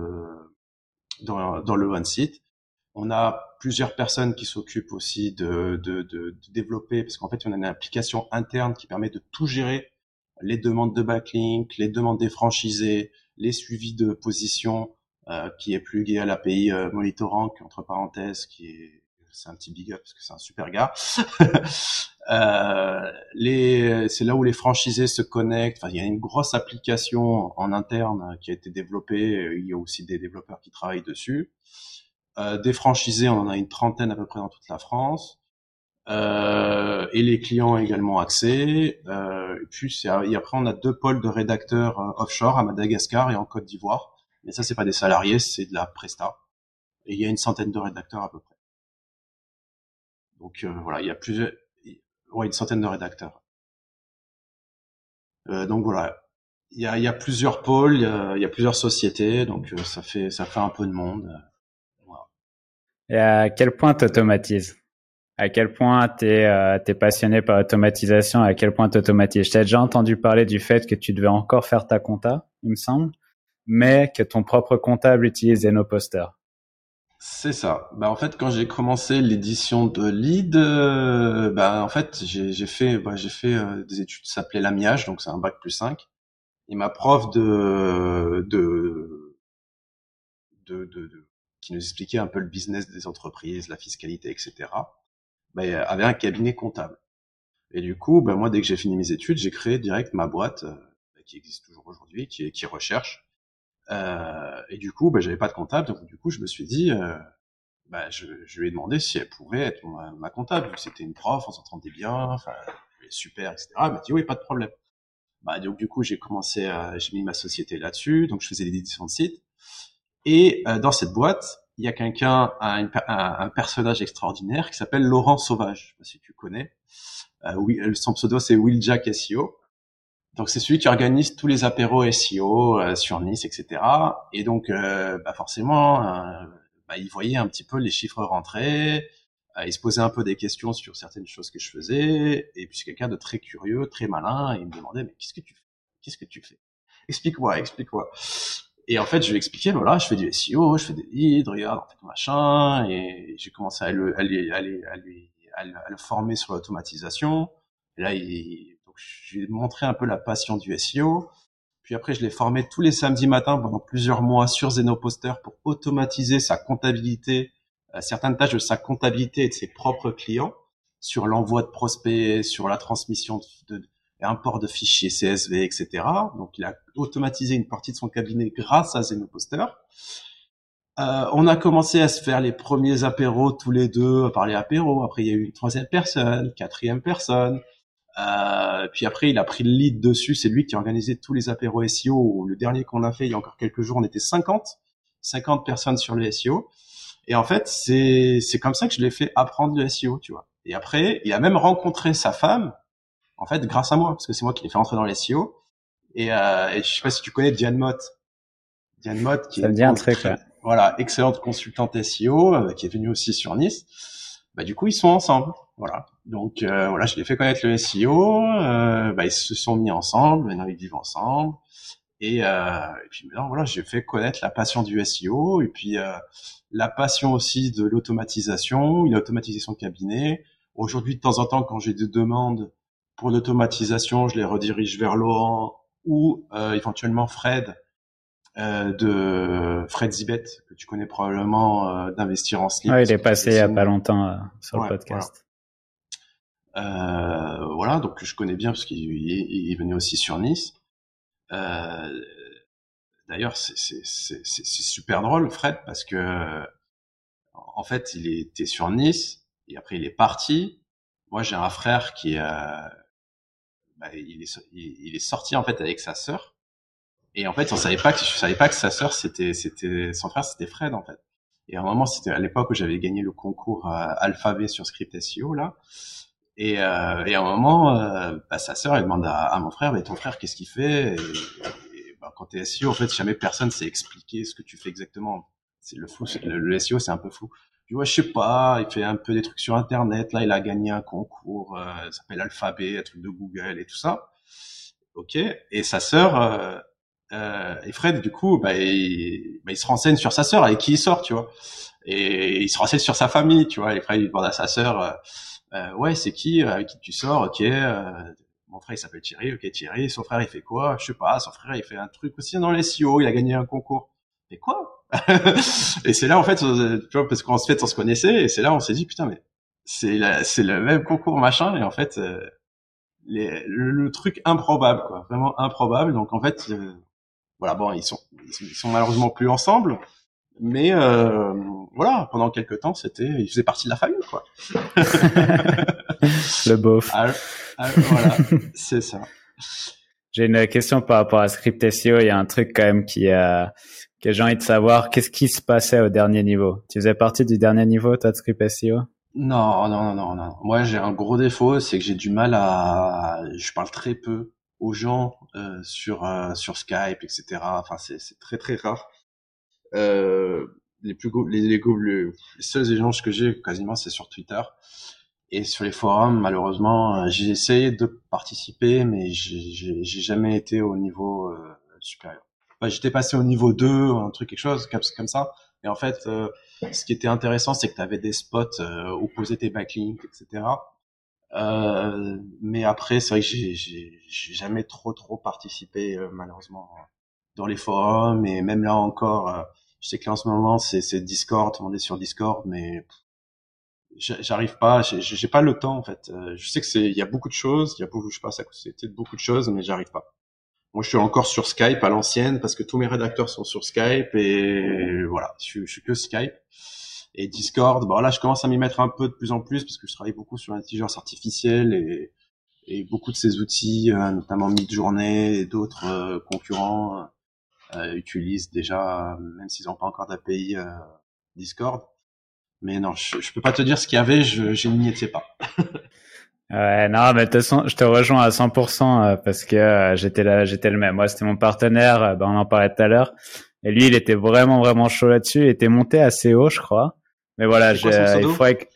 dans le one site. On a plusieurs personnes qui s'occupent aussi de développer, parce qu'en fait, on a une application interne qui permet de tout gérer, les demandes de backlink, les demandes des franchisés, les suivis de position, qui est plugué à l'API Monitorank, entre parenthèses, c'est un petit big up parce que c'est un super gars. C'est là où les franchisés se connectent. Enfin, il y a une grosse application en interne qui a été développée. Il y a aussi des développeurs qui travaillent dessus. Des franchisés, on en a une trentaine à peu près dans toute la France. Et les clients ont également accès. Et puis et après, on a 2 pôles de rédacteurs offshore à Madagascar et en Côte d'Ivoire. Mais ça, c'est pas des salariés, c'est de la presta. Et il y a une centaine de rédacteurs à peu près. Donc voilà, il y a une centaine de rédacteurs. Donc voilà, il y a plusieurs pôles, il y a plusieurs sociétés, donc ça fait un peu de monde. Voilà. Et à quel point t'automatises? À quel point t'es passionné par l'automatisation? À quel point t'automatises? Je t'ai déjà entendu parler du fait que tu devais encore faire ta compta, il me semble, mais que ton propre comptable utilise Zenoposter. C'est ça. Bah en fait, quand j'ai commencé l'édition de Lead, en fait j'ai fait des études qui s'appelaient l'amiage, donc c'est un bac plus 5. Et ma prof qui nous expliquait un peu le business des entreprises, la fiscalité, etc. Avait un cabinet comptable. Et du coup, moi dès que j'ai fini mes études, j'ai créé direct ma boîte qui existe toujours aujourd'hui, qui recherche. Et du coup, j'avais pas de comptable, donc du coup je me suis dit je lui ai demandé si elle pouvait être ma comptable. C'était une prof, on s'entendait bien, enfin, elle est super, etc. Elle m'a dit oui, pas de problème. Donc du coup, j'ai mis ma société là-dessus, donc je faisais l'édition de site. Et dans cette boîte, il y a un personnage extraordinaire qui s'appelle Laurent Sauvage. Je sais pas si tu connais. Oui, son pseudo c'est Will Jack SEO. Donc c'est celui qui organise tous les apéros SEO sur Nice, etc. Et donc forcément, il voyait un petit peu les chiffres rentrer, il se posait un peu des questions sur certaines choses que je faisais, et puis c'est quelqu'un de très curieux, très malin, et il me demandait mais qu'est-ce que tu fais? Qu'est-ce que tu fais? Explique-moi, explique-moi. Et en fait, je lui expliquais, voilà, je fais du SEO, je fais des leads, regarde, en fait, machin, et j'ai commencé à le former sur l'automatisation. Et là, donc, je lui ai montré un peu la passion du SEO. Puis après, je l'ai formé tous les samedis matins pendant plusieurs mois sur Zenoposter pour automatiser sa comptabilité, certaines tâches de sa comptabilité et de ses propres clients, sur l'envoi de prospects, sur la transmission et import de fichiers CSV, etc. Donc, il a automatisé une partie de son cabinet grâce à Zenoposter. On a commencé à se faire les premiers apéros tous les deux, à parler apéros. Après, il y a eu une troisième personne, quatrième personne. Puis après, il a pris le lead dessus. C'est lui qui a organisé tous les apéros SEO. Le dernier qu'on a fait, il y a encore quelques jours, on était 50 personnes sur le SEO. Et en fait, c'est comme ça que je l'ai fait apprendre le SEO, tu vois. Et après, il a même rencontré sa femme, en fait, grâce à moi, parce que c'est moi qui l'ai fait rentrer dans le SEO. Et je sais pas si tu connais Diane Mott. Diane Mott, qui ça me dit un truc, ouais. Voilà, excellente consultante SEO, qui est venue aussi sur Nice. Bah, du coup, ils sont ensemble. Voilà. Donc, voilà, je l'ai fait connaître le SEO. Ils se sont mis ensemble. Maintenant, ils vivent ensemble. Et puis maintenant, voilà, j'ai fait connaître la passion du SEO et puis la passion aussi de l'automatisation. Il a automatisé son cabinet. Aujourd'hui, de temps en temps, quand j'ai des demandes pour l'automatisation, je les redirige vers Laurent ou éventuellement Fred, de Fred Zibet, que tu connais probablement, d'Investir en Slip. Ouais, il est passé il y a pas longtemps sur le podcast. Voilà, donc je connais bien parce qu'il est venu aussi sur Nice. D'ailleurs, c'est super drôle, Fred, parce que en fait, il était sur Nice et après il est parti. Moi, j'ai un frère qui il est sorti en fait avec sa sœur. Et en fait, je savais pas que sa sœur c'était son frère, c'était Fred en fait. Et à un moment, c'était à l'époque où j'avais gagné le concours Alphabet sur Script SEO là. Et à un moment, sa sœur elle demande à mon frère, mais ton frère qu'est-ce qu'il fait? Quand t'es SEO, en fait, jamais personne sait expliquer ce que tu fais exactement. C'est le flou, le SEO, c'est un peu flou. Tu vois, je sais pas, il fait un peu des trucs sur Internet. Là, il a gagné un concours, ça s'appelle Alphabet, un truc de Google et tout ça. Ok. Et sa sœur, et Fred, du coup, il se renseigne sur sa sœur avec qui il sort, tu vois. Et il se renseigne sur sa famille, tu vois. Et Fred, il demande à sa sœur, ouais, c'est qui, avec qui tu sors, ok. Mon frère, il s'appelle Thierry. Ok, Thierry. Son frère, il fait quoi? Je sais pas. Son frère, il fait un truc aussi dans les SEO. Il a gagné un concours. Mais quoi? Et c'est là, en fait, tu vois, parce qu'en fait, on se connaissait. Et c'est là, on s'est dit, putain, mais c'est le même concours, machin. Et en fait, le truc improbable, quoi. Vraiment improbable. Donc, en fait, voilà, bon, ils sont malheureusement plus ensemble. Mais voilà, pendant quelques temps, il faisait partie de la famille, quoi. Le beauf. Voilà, c'est ça. J'ai une question par rapport à Script SEO. Il y a un truc quand même que j'ai envie de savoir. Qu'est-ce qui se passait au dernier niveau? Tu faisais partie du dernier niveau, toi, de Script SEO? Non. Moi, j'ai un gros défaut, c'est que j'ai du mal je parle très peu aux gens sur Skype, etc. Enfin, c'est très très rare. Les seuls échanges que j'ai quasiment, c'est sur Twitter. Et sur les forums, malheureusement, j'ai essayé de participer, mais j'ai jamais été au niveau supérieur. Enfin, j'étais passé au niveau 2, un truc, quelque chose comme ça. Et en fait, ce qui était intéressant, c'est que tu avais des spots où poser tes backlinks, etc. Mais après, c'est vrai que j'ai jamais trop participé, malheureusement, dans les forums. Et même là encore, je sais que là en ce moment, c'est Discord, tout le monde est sur Discord, mais j'arrive pas, j'ai pas le temps en fait. Je sais que il y a beaucoup de choses, je passe à côté de beaucoup de choses, mais j'arrive pas. Moi, je suis encore sur Skype à l'ancienne parce que tous mes rédacteurs sont sur Skype et voilà, je suis que Skype et Discord. Bon là, je commence à m'y mettre un peu de plus en plus parce que je travaille beaucoup sur l'intelligence artificielle et beaucoup de ces outils, notamment Midjourney et d'autres concurrents utilisent déjà, même s'ils n'ont pas encore d'API Discord. Mais non, je peux pas te dire ce qu'il y avait, je n'y étais pas. Ouais, non, mais de toute façon, je te rejoins à 100% parce que j'étais le même. Moi, c'était mon partenaire, on en parlait tout à l'heure. Et lui, il était vraiment chaud là-dessus. Il était monté assez haut, je crois. Mais voilà, il faudrait que...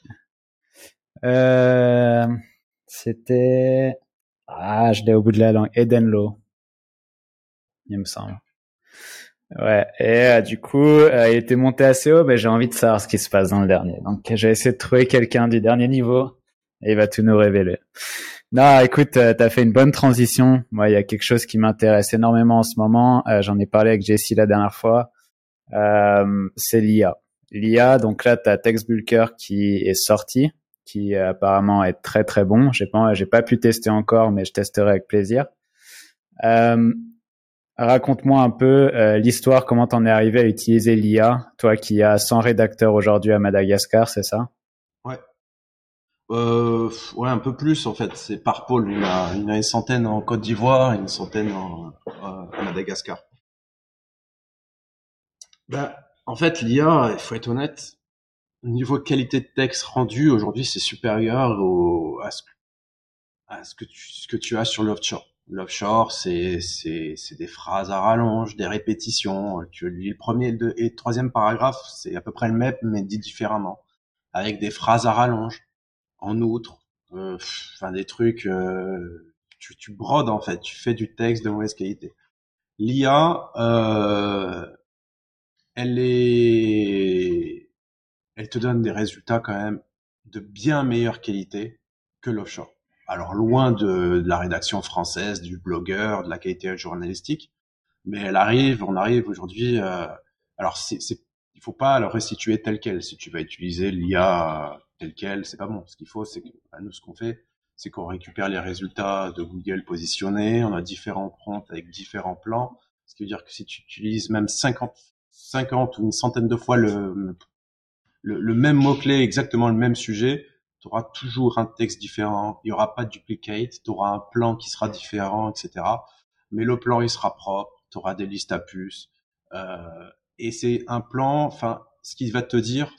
c'était, je l'ai au bout de la langue. Edenlo, il me semble. Ouais. Et du coup, il était monté assez haut, mais j'ai envie de savoir ce qui se passe dans le dernier. Donc, j'ai essayé de trouver quelqu'un du dernier niveau et il va tout nous révéler. Non, écoute, t'as fait une bonne transition. Moi, il y a quelque chose qui m'intéresse énormément en ce moment. J'en ai parlé avec Jessie la dernière fois. C'est l'IA. L'IA, donc là, t'as TextBulker qui est sorti, qui apparemment est très très bon. J'ai pas pu tester encore, mais je testerai avec plaisir. Euh, Raconte-moi un peu l'histoire, comment t'en es arrivé à utiliser l'IA, toi qui as 100 rédacteurs aujourd'hui à Madagascar, c'est ça? Ouais. Ouais, un peu plus en fait. C'est par pôle. Il y en a une centaine en Côte d'Ivoire et une centaine à Madagascar. Ben, en fait, l'IA, il faut être honnête, au niveau qualité de texte rendu, aujourd'hui, c'est supérieur à ce que tu as sur l'offshore. L'offshore, c'est des phrases à rallonge, des répétitions. Tu lis le premier et le troisième paragraphe, c'est à peu près le même, mais dit différemment, avec des phrases à rallonge. En outre, enfin des trucs, tu brodes en fait, tu fais du texte de mauvaise qualité. L'IA, elle est, elle te donne des résultats quand même de bien meilleure qualité que l'offshore. Alors loin de la rédaction française, du blogueur, de la qualité journalistique, mais on arrive aujourd'hui. Alors il faut pas le restituer tel quel. Si tu vas utiliser l'IA tel quel, c'est pas bon. Ce qu'il faut, c'est que nous, ce qu'on fait, c'est qu'on récupère les résultats de Google positionnés. On a différents prompts avec différents plans. Ce qui veut dire que si tu utilises même 50 ou une centaine de fois le même mot-clé, exactement le même sujet, tu auras toujours un texte différent, il y aura pas de duplicate, tu auras un plan qui sera différent, etc. Mais le plan, il sera propre, tu auras des listes à puces. Et c'est un plan, enfin, ce qui va te dire,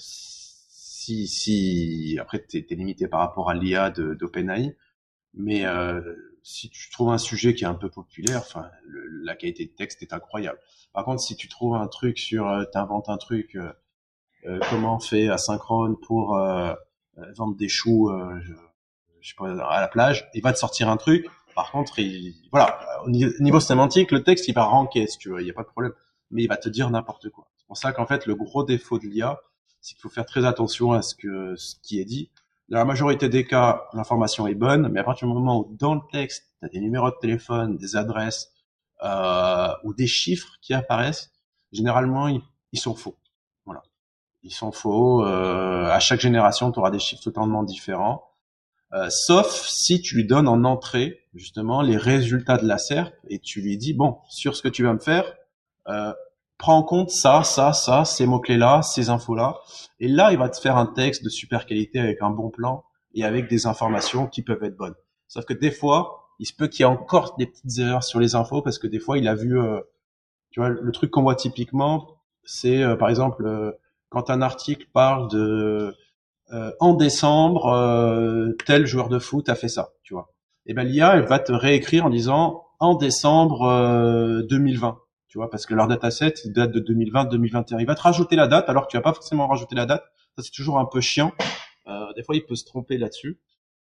si après, t'es limité par rapport à l'IA d'OpenAI, mais si tu trouves un sujet qui est un peu populaire, enfin, la qualité de texte est incroyable. Par contre, si tu trouves un truc t'inventes un truc, comment on fait asynchrone pour vendre des choux, je sais pas, à la plage, il va te sortir un truc. Par contre, voilà, au niveau sémantique, le texte, il va ranker, si tu veux, il n'y a pas de problème. Mais il va te dire n'importe quoi. C'est pour ça qu'en fait, le gros défaut de l'IA, c'est qu'il faut faire très attention à ce qui est dit. Dans la majorité des cas, l'information est bonne, mais à partir du moment où dans le texte, tu as des numéros de téléphone, des adresses ou des chiffres qui apparaissent, généralement, ils sont faux. Voilà. Ils sont faux. À chaque génération, tu auras des chiffres totalement différents. Sauf si tu lui donnes en entrée, justement, les résultats de la SERP et tu lui dis, bon, sur ce que tu vas me faire, euh, prends en compte ça, ces mots-clés-là, ces infos-là. Et là, il va te faire un texte de super qualité avec un bon plan et avec des informations qui peuvent être bonnes. Sauf que des fois, il se peut qu'il y ait encore des petites erreurs sur les infos parce que des fois, il a vu, tu vois, le truc qu'on voit typiquement, c'est par exemple quand un article parle de en décembre, tel joueur de foot a fait ça, tu vois. Et ben l'IA, elle va te réécrire en disant en décembre 2020, tu vois, parce que leur dataset il date de 2020, 2021. Il va te rajouter la date alors que tu vas pas forcément rajouter la date. Ça c'est toujours un peu chiant. Des fois, il peut se tromper là-dessus.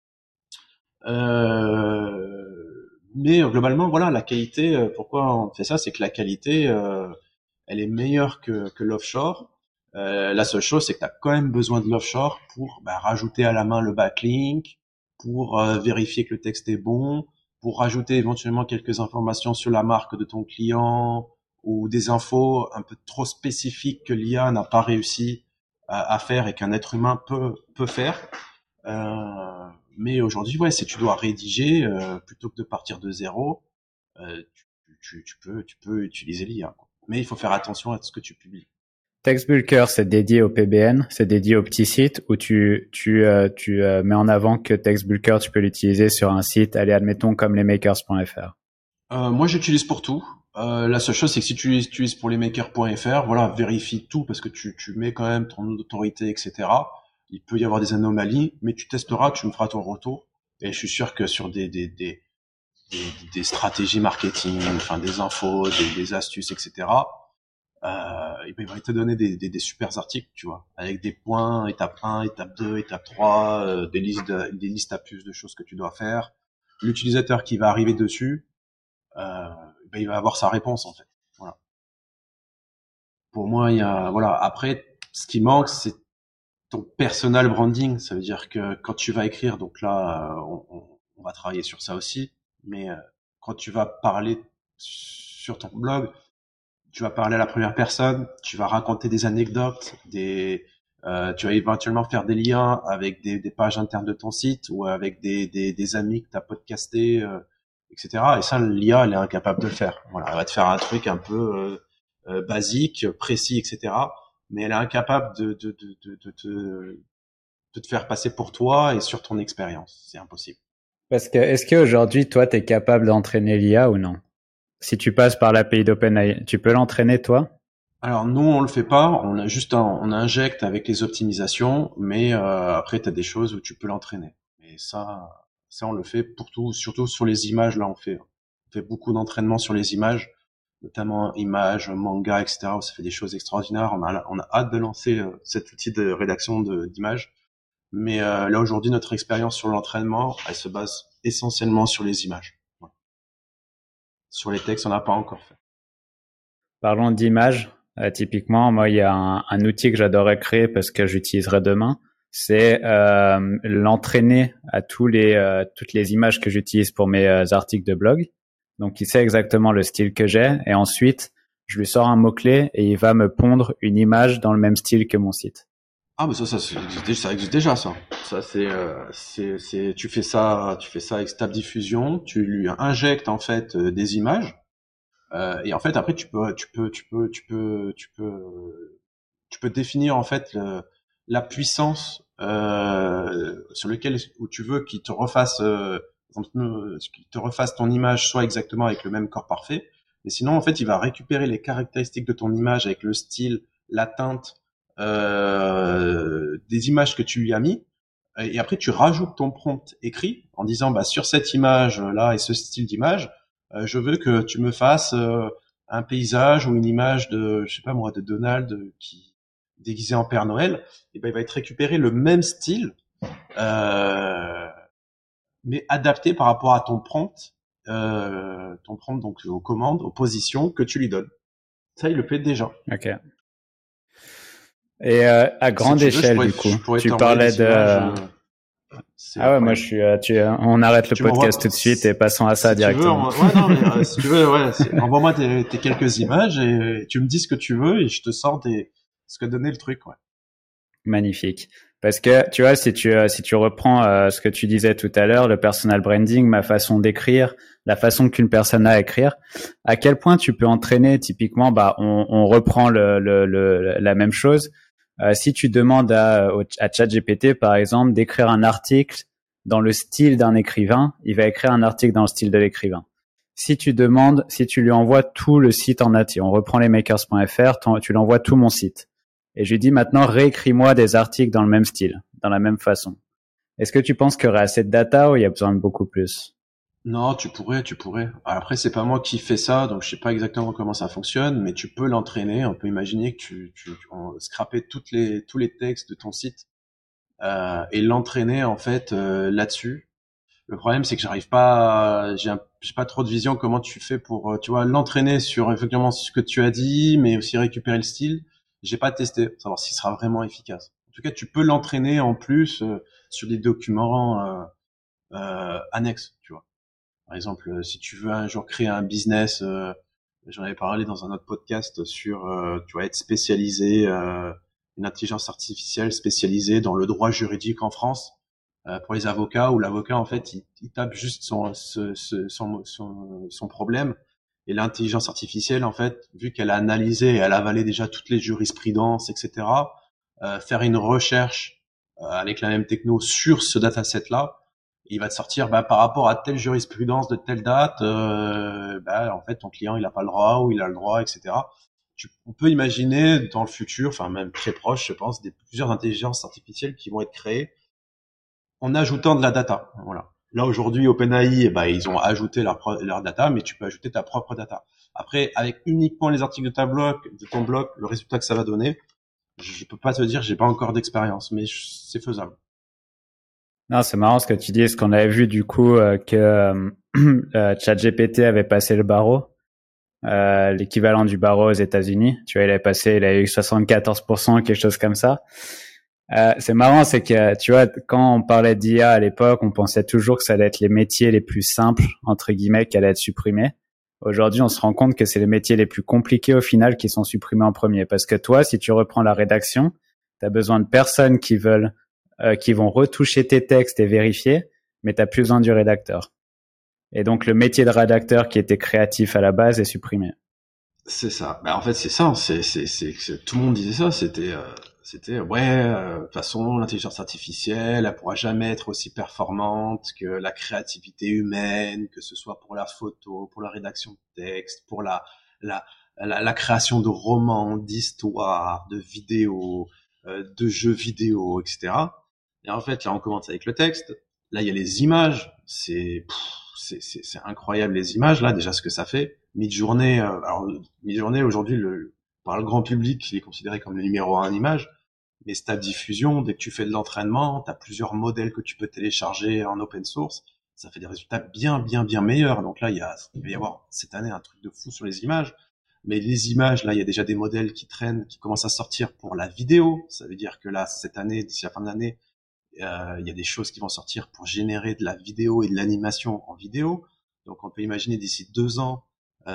Mais globalement, voilà, la qualité. Pourquoi on fait ça, c'est que la qualité, elle est meilleure que l'offshore. La seule chose, c'est que tu as quand même besoin de l'offshore pour rajouter à la main le backlink, pour vérifier que le texte est bon, pour rajouter éventuellement quelques informations sur la marque de ton client ou des infos un peu trop spécifiques que l'IA n'a pas réussi à faire et qu'un être humain peut faire. Mais aujourd'hui, ouais, si tu dois rédiger, plutôt que de partir de zéro, tu peux utiliser l'IA, quoi. Mais il faut faire attention à ce que tu publies. TextBulker, c'est dédié au PBN, c'est dédié aux petits sites où tu mets en avant que TextBulker, tu peux l'utiliser sur un site, allez, admettons comme lesmakers.fr. Moi, j'utilise pour tout. La seule chose, c'est que si tu utilises pour lesmakers.fr, voilà, vérifie tout parce que tu mets quand même ton autorité, etc. Il peut y avoir des anomalies, mais tu testeras, tu me feras ton retour. Et je suis sûr que sur des stratégies marketing, enfin des infos, des astuces, etc. Il va te donner des super articles, tu vois, avec des points, étape 1, étape 2, étape 3, des listes à puces de choses que tu dois faire. L'utilisateur qui va arriver dessus, il va avoir sa réponse en fait. Voilà. Pour moi, il y a voilà. Après, ce qui manque, c'est ton personal branding. Ça veut dire que quand tu vas écrire, donc là, on va travailler sur ça aussi. Mais quand tu vas parler sur ton blog, tu vas parler à la première personne, tu vas raconter des anecdotes, tu vas éventuellement faire des liens avec des pages internes de ton site ou avec des amis que tu as podcasté, etc. Et ça, l'IA, elle est incapable de le faire. Voilà, elle va te faire un truc un peu basique, précis, etc. Mais elle est incapable de te faire passer pour toi et sur ton expérience. C'est impossible. Parce que, est-ce qu'aujourd'hui, toi, tu es capable d'entraîner l'IA ou non? Si tu passes par l'API d'OpenAI, tu peux l'entraîner, toi? Alors nous on le fait pas, on injecte avec les optimisations, mais après tu as des choses où tu peux l'entraîner. Et ça on le fait pour tout, surtout sur les images là on fait beaucoup d'entraînement sur les images, notamment images, manga, etc. Où ça fait des choses extraordinaires. On a hâte de lancer cet outil de rédaction d'images. Mais là aujourd'hui notre expérience sur l'entraînement, elle se base essentiellement sur les images. Voilà. Sur les textes on n'a pas encore fait. Parlons d'images. Typiquement, moi, il y a un outil que j'adorerais créer parce que j'utiliserai demain. C'est l'entraîner à toutes les images que j'utilise pour mes articles de blog. Donc, il sait exactement le style que j'ai. Et ensuite, je lui sors un mot-clé et il va me pondre une image dans le même style que mon site. Ah, mais ça existe déjà, ça. Ça, tu fais ça avec Tab Diffusion, tu lui injectes, en fait, des images, et en fait, après, tu peux définir, en fait, la puissance, sur lequel, où tu veux qu'il te refasse ton image, soit exactement avec le même corps parfait, mais sinon, en fait, il va récupérer les caractéristiques de ton image avec le style, la teinte, des images que tu lui as mis, et après tu rajoutes ton prompt écrit en disant bah sur cette image là et ce style d'image, je veux que tu me fasses un paysage ou une image de je sais pas moi de Donald qui déguisé en Père Noël. Et ben il va être récupéré le même style mais adapté par rapport à ton prompt donc aux commandes, aux positions que tu lui donnes. Ça il le fait déjà. Ok. Et à grande échelle, du coup, tu parlais de... Ah ouais, moi je suis. On arrête le podcast tout de suite et passons à ça directement. Ouais, non, mais si tu veux, envoie-moi tes quelques images et tu me dis ce que tu veux et je te sors ce que donnait le truc, ouais. Magnifique. Parce que tu vois, si tu reprends ce que tu disais tout à l'heure, le personal branding, ma façon d'écrire, la façon qu'une personne a à écrire, à quel point tu peux entraîner typiquement, bah on reprend la même chose. Si tu demandes à ChatGPT, par exemple, d'écrire un article dans le style d'un écrivain, il va écrire un article dans le style de l'écrivain. Si tu lui envoies tout le site en entier, on reprend lesmakers.fr, tu l'envoies tout mon site. Et je lui dis maintenant, réécris-moi des articles dans le même style, dans la même façon. Est-ce que tu penses qu'il y aurait assez de data ou il y a besoin de beaucoup plus? Non, tu pourrais. Après, c'est pas moi qui fais ça, donc je sais pas exactement comment ça fonctionne, mais tu peux l'entraîner. On peut imaginer que on scraper tous les textes de ton site et l'entraîner en fait là-dessus. Le problème, c'est que j'ai pas trop de vision comment tu fais pour, tu vois, l'entraîner sur effectivement ce que tu as dit, mais aussi récupérer le style. J'ai pas testé pour savoir s'il sera vraiment efficace. En tout cas, tu peux l'entraîner en plus sur des documents annexes, tu vois. Par exemple, si tu veux un jour créer un business, j'en avais parlé dans un autre podcast sur, tu vois, être spécialisé, une intelligence artificielle spécialisée dans le droit juridique en France pour les avocats, où l'avocat en fait il tape juste son problème et l'intelligence artificielle en fait, vu qu'elle a analysé et elle a avalé déjà toutes les jurisprudences, etc., faire une recherche avec la même techno sur ce dataset là. Il va te sortir bah, par rapport à telle jurisprudence de telle date, bah, en fait ton client il a pas le droit ou il a le droit, etc. On peut imaginer dans le futur, enfin même très proche, je pense, plusieurs intelligences artificielles qui vont être créées en ajoutant de la data. Voilà. Là aujourd'hui, OpenAI, bah, ils ont ajouté leur data, mais tu peux ajouter ta propre data. Après, avec uniquement les articles de ton blog, le résultat que ça va donner, je peux pas te dire, j'ai pas encore d'expérience, mais c'est faisable. Non, c'est marrant ce que tu dis, ce qu'on avait vu du coup que ChatGPT avait passé le barreau, l'équivalent du barreau aux États-Unis. Tu vois, il a eu 74%, quelque chose comme ça. C'est marrant, c'est que tu vois, quand on parlait d'IA à l'époque, on pensait toujours que ça allait être les métiers les plus simples entre guillemets qui allaient être supprimés. Aujourd'hui, on se rend compte que c'est les métiers les plus compliqués au final qui sont supprimés en premier. Parce que toi, si tu reprends la rédaction, tu as besoin de personnes qui vont retoucher tes textes et vérifier, mais t'as plus besoin du rédacteur. Et donc le métier de rédacteur qui était créatif à la base est supprimé. C'est ça. Bah, en fait, c'est ça. Tout le monde disait ça. C'était ouais. De toute façon, l'intelligence artificielle, elle pourra jamais être aussi performante que la créativité humaine, que ce soit pour la photo, pour la rédaction de texte, pour la la création de romans, d'histoires, de vidéos, de jeux vidéo, etc. Et en fait, là, on commence avec le texte. Là, il y a les images. C'est incroyable les images là. Déjà, ce que ça fait. Midjourney, alors Midjourney aujourd'hui, par le grand public, il est considéré comme le numéro un en images. Mais Stable Diffusion, dès que tu fais de l'entraînement, tu as plusieurs modèles que tu peux télécharger en open source. Ça fait des résultats bien meilleurs. Donc là, il va y avoir cette année un truc de fou sur les images. Mais les images, là, il y a déjà des modèles qui traînent, qui commencent à sortir pour la vidéo. Ça veut dire que là, cette année, d'ici la fin de l'année, il y a des choses qui vont sortir pour générer de la vidéo et de l'animation en vidéo. Donc on peut imaginer d'ici 2 ans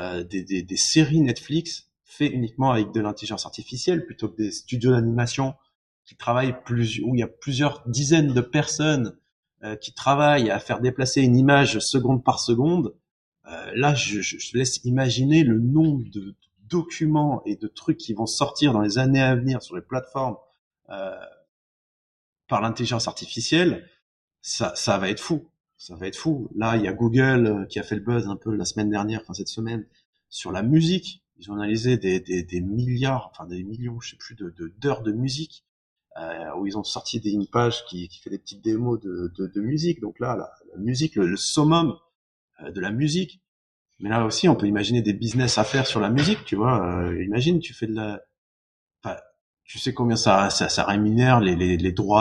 des séries Netflix faites uniquement avec de l'intelligence artificielle plutôt que des studios d'animation qui travaillent où il y a plusieurs dizaines de personnes qui travaillent à faire déplacer une image seconde par seconde. Là, je laisse imaginer le nombre de documents et de trucs qui vont sortir dans les années à venir sur les plateformes euh, par l'intelligence artificielle. Ça va être fou. Ça va être fou. Là, il y a Google qui a fait le buzz un peu la semaine dernière, enfin cette semaine, sur la musique. Ils ont analysé des milliards, enfin des millions, je sais plus, d'heures de musique, où ils ont sorti une page qui fait des petites démos de musique. Donc là, la musique, le summum de la musique. Mais là aussi, on peut imaginer des business à faire sur la musique, tu vois. Imagine, tu fais enfin, tu sais combien ça rémunère les droits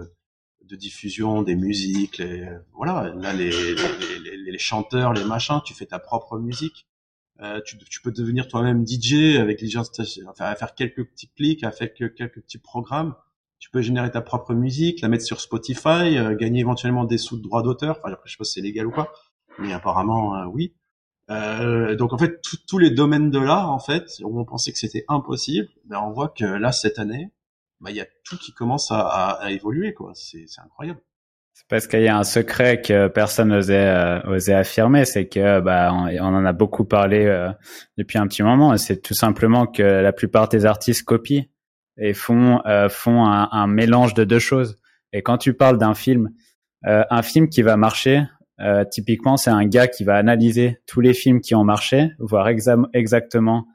de diffusion des musiques, voilà, là les chanteurs, les machins, tu fais ta propre musique. Tu peux devenir toi-même DJ avec à faire quelques petits clics, à faire quelques petits programmes. Tu peux générer ta propre musique, la mettre sur Spotify, gagner éventuellement des sous de droits d'auteur. Enfin, après, je sais pas si c'est légal ou pas, mais apparemment oui. Donc en fait, tous les domaines de l'art, en fait, où on pensait que c'était impossible, ben on voit que là cette année, bah il y a tout qui commence à évoluer, quoi. C'est incroyable. C'est parce qu'il y a un secret que personne osait affirmer, c'est que on en a beaucoup parlé depuis un petit moment. Et c'est tout simplement que la plupart des artistes copient et font un mélange de deux choses. Et quand tu parles d'un film, un film qui va marcher, typiquement, c'est un gars qui va analyser tous les films qui ont marché, voir exactement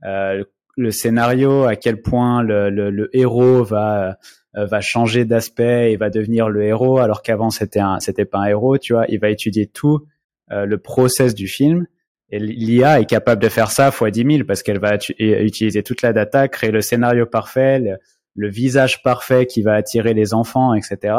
le scénario, à quel point le héros va changer d'aspect et va devenir le héros, alors qu'avant c'était pas un héros, tu vois. Il va étudier tout le process du film. Et l'IA est capable de faire ça fois 10 000 parce qu'elle va utiliser toute la data, créer le scénario parfait, le visage parfait qui va attirer les enfants, etc.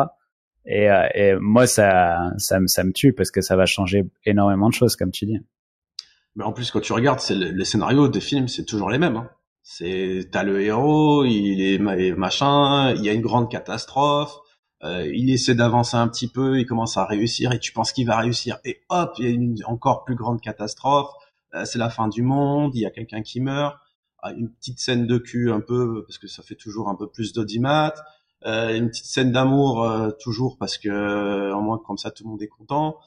Et moi, ça me tue parce que ça va changer énormément de choses, comme tu dis. Mais en plus, quand tu regardes, les scénarios des films, c'est toujours les mêmes. Hein. T'as le héros, il est machin, il y a une grande catastrophe, il essaie d'avancer un petit peu, il commence à réussir et tu penses qu'il va réussir et hop, il y a une encore plus grande catastrophe, c'est la fin du monde, il y a quelqu'un qui meurt, une petite scène de cul un peu parce que ça fait toujours un peu plus d'audimat, une petite scène d'amour toujours parce que au moins comme ça tout le monde est content.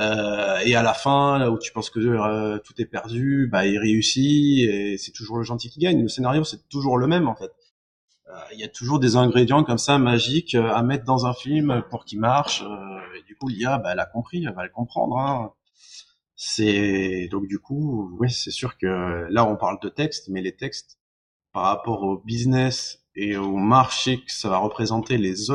Et à la fin, là où tu penses que tout est perdu, bah il réussit et c'est toujours le gentil qui gagne. Le scénario c'est toujours le même en fait. Il y a toujours des ingrédients comme ça magiques à mettre dans un film pour qu'il marche. Et du coup l'IA, bah elle a compris, elle va le comprendre. Hein. C'est donc du coup, oui c'est sûr que là on parle de texte, mais les textes par rapport au business et au marché que ça va représenter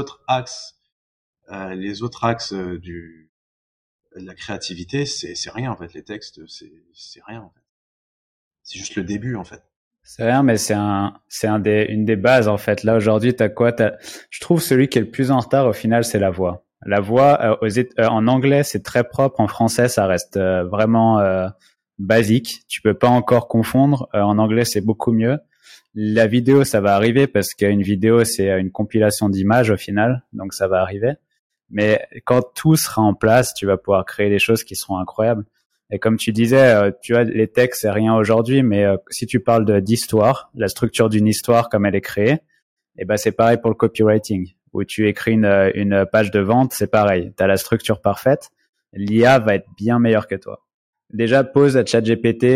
les autres axes de la créativité, c'est rien en fait. Les textes, c'est rien en fait. C'est juste le début en fait. C'est rien, mais une des bases en fait. Là aujourd'hui, je trouve celui qui est le plus en retard au final, c'est la voix. La voix en anglais, c'est très propre. En français, ça reste vraiment basique. Tu peux pas encore confondre. En anglais, c'est beaucoup mieux. La vidéo, ça va arriver parce qu'une vidéo, c'est une compilation d'images au final, donc ça va arriver. Mais quand tout sera en place, tu vas pouvoir créer des choses qui seront incroyables. Et comme tu disais, tu vois, les textes, c'est rien aujourd'hui, mais si tu parles d'histoire, la structure d'une histoire comme elle est créée, et ben c'est pareil pour le copywriting. Où tu écris une page de vente, c'est pareil. Tu as la structure parfaite. L'IA va être bien meilleure que toi. Déjà, pose à ChatGPT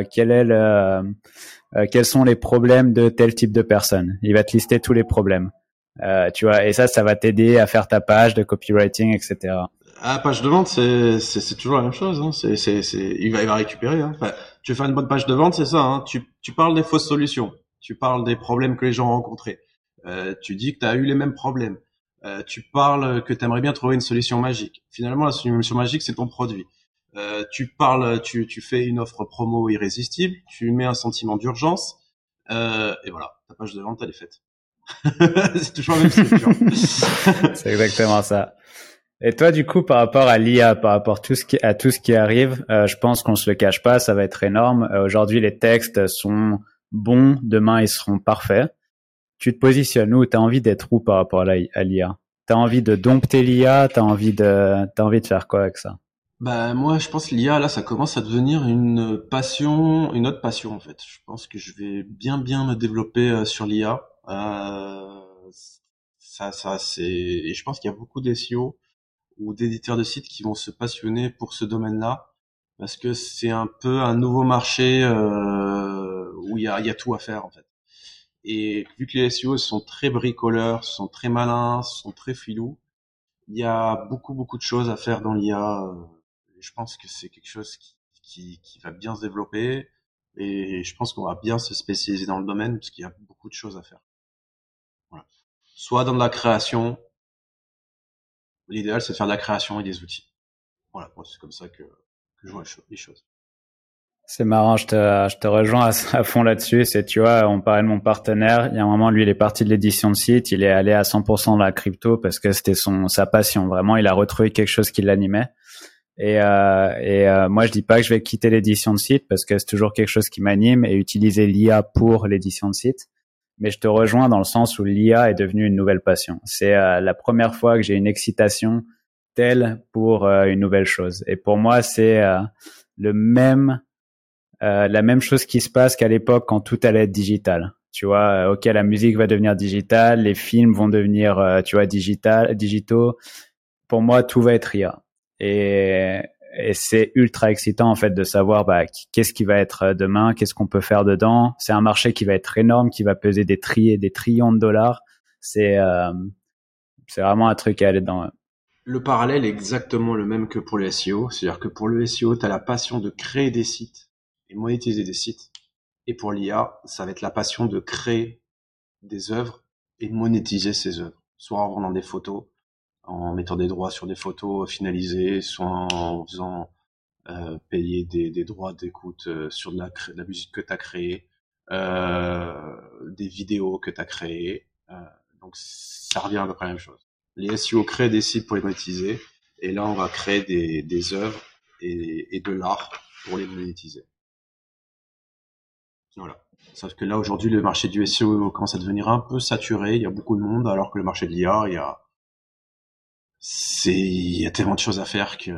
quels sont les problèmes de tel type de personne. Il va te lister tous les problèmes. Tu vois, et ça va t'aider à faire ta page de copywriting, etc. Ah, page de vente, c'est toujours la même chose. Hein. Il va récupérer. Hein. Enfin, tu veux faire une bonne page de vente, c'est ça. Hein. Tu parles des fausses solutions. Tu parles des problèmes que les gens ont rencontrés. Tu dis que tu as eu les mêmes problèmes. Tu parles que tu aimerais bien trouver une solution magique. Finalement, la solution magique, c'est ton produit. Tu fais une offre promo irrésistible. Tu mets un sentiment d'urgence. Et voilà, ta page de vente, elle est faite. C'est toujours la même structure. C'est exactement ça. Et toi, du coup, par rapport à l'IA, par rapport à tout ce qui arrive, je pense qu'on se le cache pas, ça va être énorme. Aujourd'hui, les textes sont bons, demain ils seront parfaits. Tu te positionnes où? T'as envie d'être où par rapport à l'IA? T'as envie de dompter l'IA? T'as envie de faire quoi avec ça? Bah moi je pense que l'IA là ça commence à devenir une passion, une autre passion en fait. Je pense que je vais bien me développer sur l'IA. Ça c'est et je pense qu'il y a beaucoup d'SEO ou d'éditeurs de sites qui vont se passionner pour ce domaine-là parce que c'est un peu un nouveau marché où il y a tout à faire en fait. Et vu que les SEO sont très bricoleurs, sont très malins, sont très filous, il y a beaucoup de choses à faire dans l'IA. Et je pense que c'est quelque chose qui va bien se développer. Et je pense qu'on va bien se spécialiser dans le domaine parce qu'il y a beaucoup de choses à faire. Voilà. Soit dans de la création. L'idéal, c'est de faire de la création et des outils. Voilà, moi, c'est comme ça que je vois les choses. C'est marrant, je te rejoins à fond là-dessus. C'est, tu vois, on parlait de mon partenaire. Il y a un moment, lui, il est parti de l'édition de site. Il est allé à 100% dans la crypto parce que c'était sa passion. Vraiment, il a retrouvé quelque chose qui l'animait. Moi, je dis pas que je vais quitter l'édition de site parce que c'est toujours quelque chose qui m'anime et utiliser l'IA pour l'édition de site. Mais je te rejoins dans le sens où l'IA est devenue une nouvelle passion. C'est la première fois que j'ai une excitation telle pour une nouvelle chose. Et pour moi, c'est le même la même chose qui se passe qu'à l'époque quand tout allait être digital. Tu vois, ok, la musique va devenir digitale, les films vont devenir, tu vois, digitaux. Pour moi, tout va être IA. Et, et c'est ultra excitant en fait de savoir qu'est-ce qui va être demain, qu'est-ce qu'on peut faire dedans. C'est un marché qui va être énorme, qui va peser des trillions de dollars. C'est euh, c'est vraiment un truc à aller dedans. Ouais. Le parallèle est exactement le même que pour le SEO. C'est-à-dire que pour le SEO, tu as la passion de créer des sites et monétiser des sites. Et pour l'IA, ça va être la passion de créer des œuvres et monétiser ces œuvres. Soit en vendant des photos, en mettant des droits sur des photos finalisées, soit en faisant payer des droits d'écoute sur de la musique que tu as créée, des vidéos que tu as créées. Donc ça revient à peu près à la même chose. Les SEO créent des sites pour les monétiser, et là on va créer des œuvres et de l'art pour les monétiser. Voilà. Sauf que là aujourd'hui le marché du SEO commence à devenir un peu saturé, il y a beaucoup de monde, alors que le marché de l'IA, il y a tellement de choses à faire que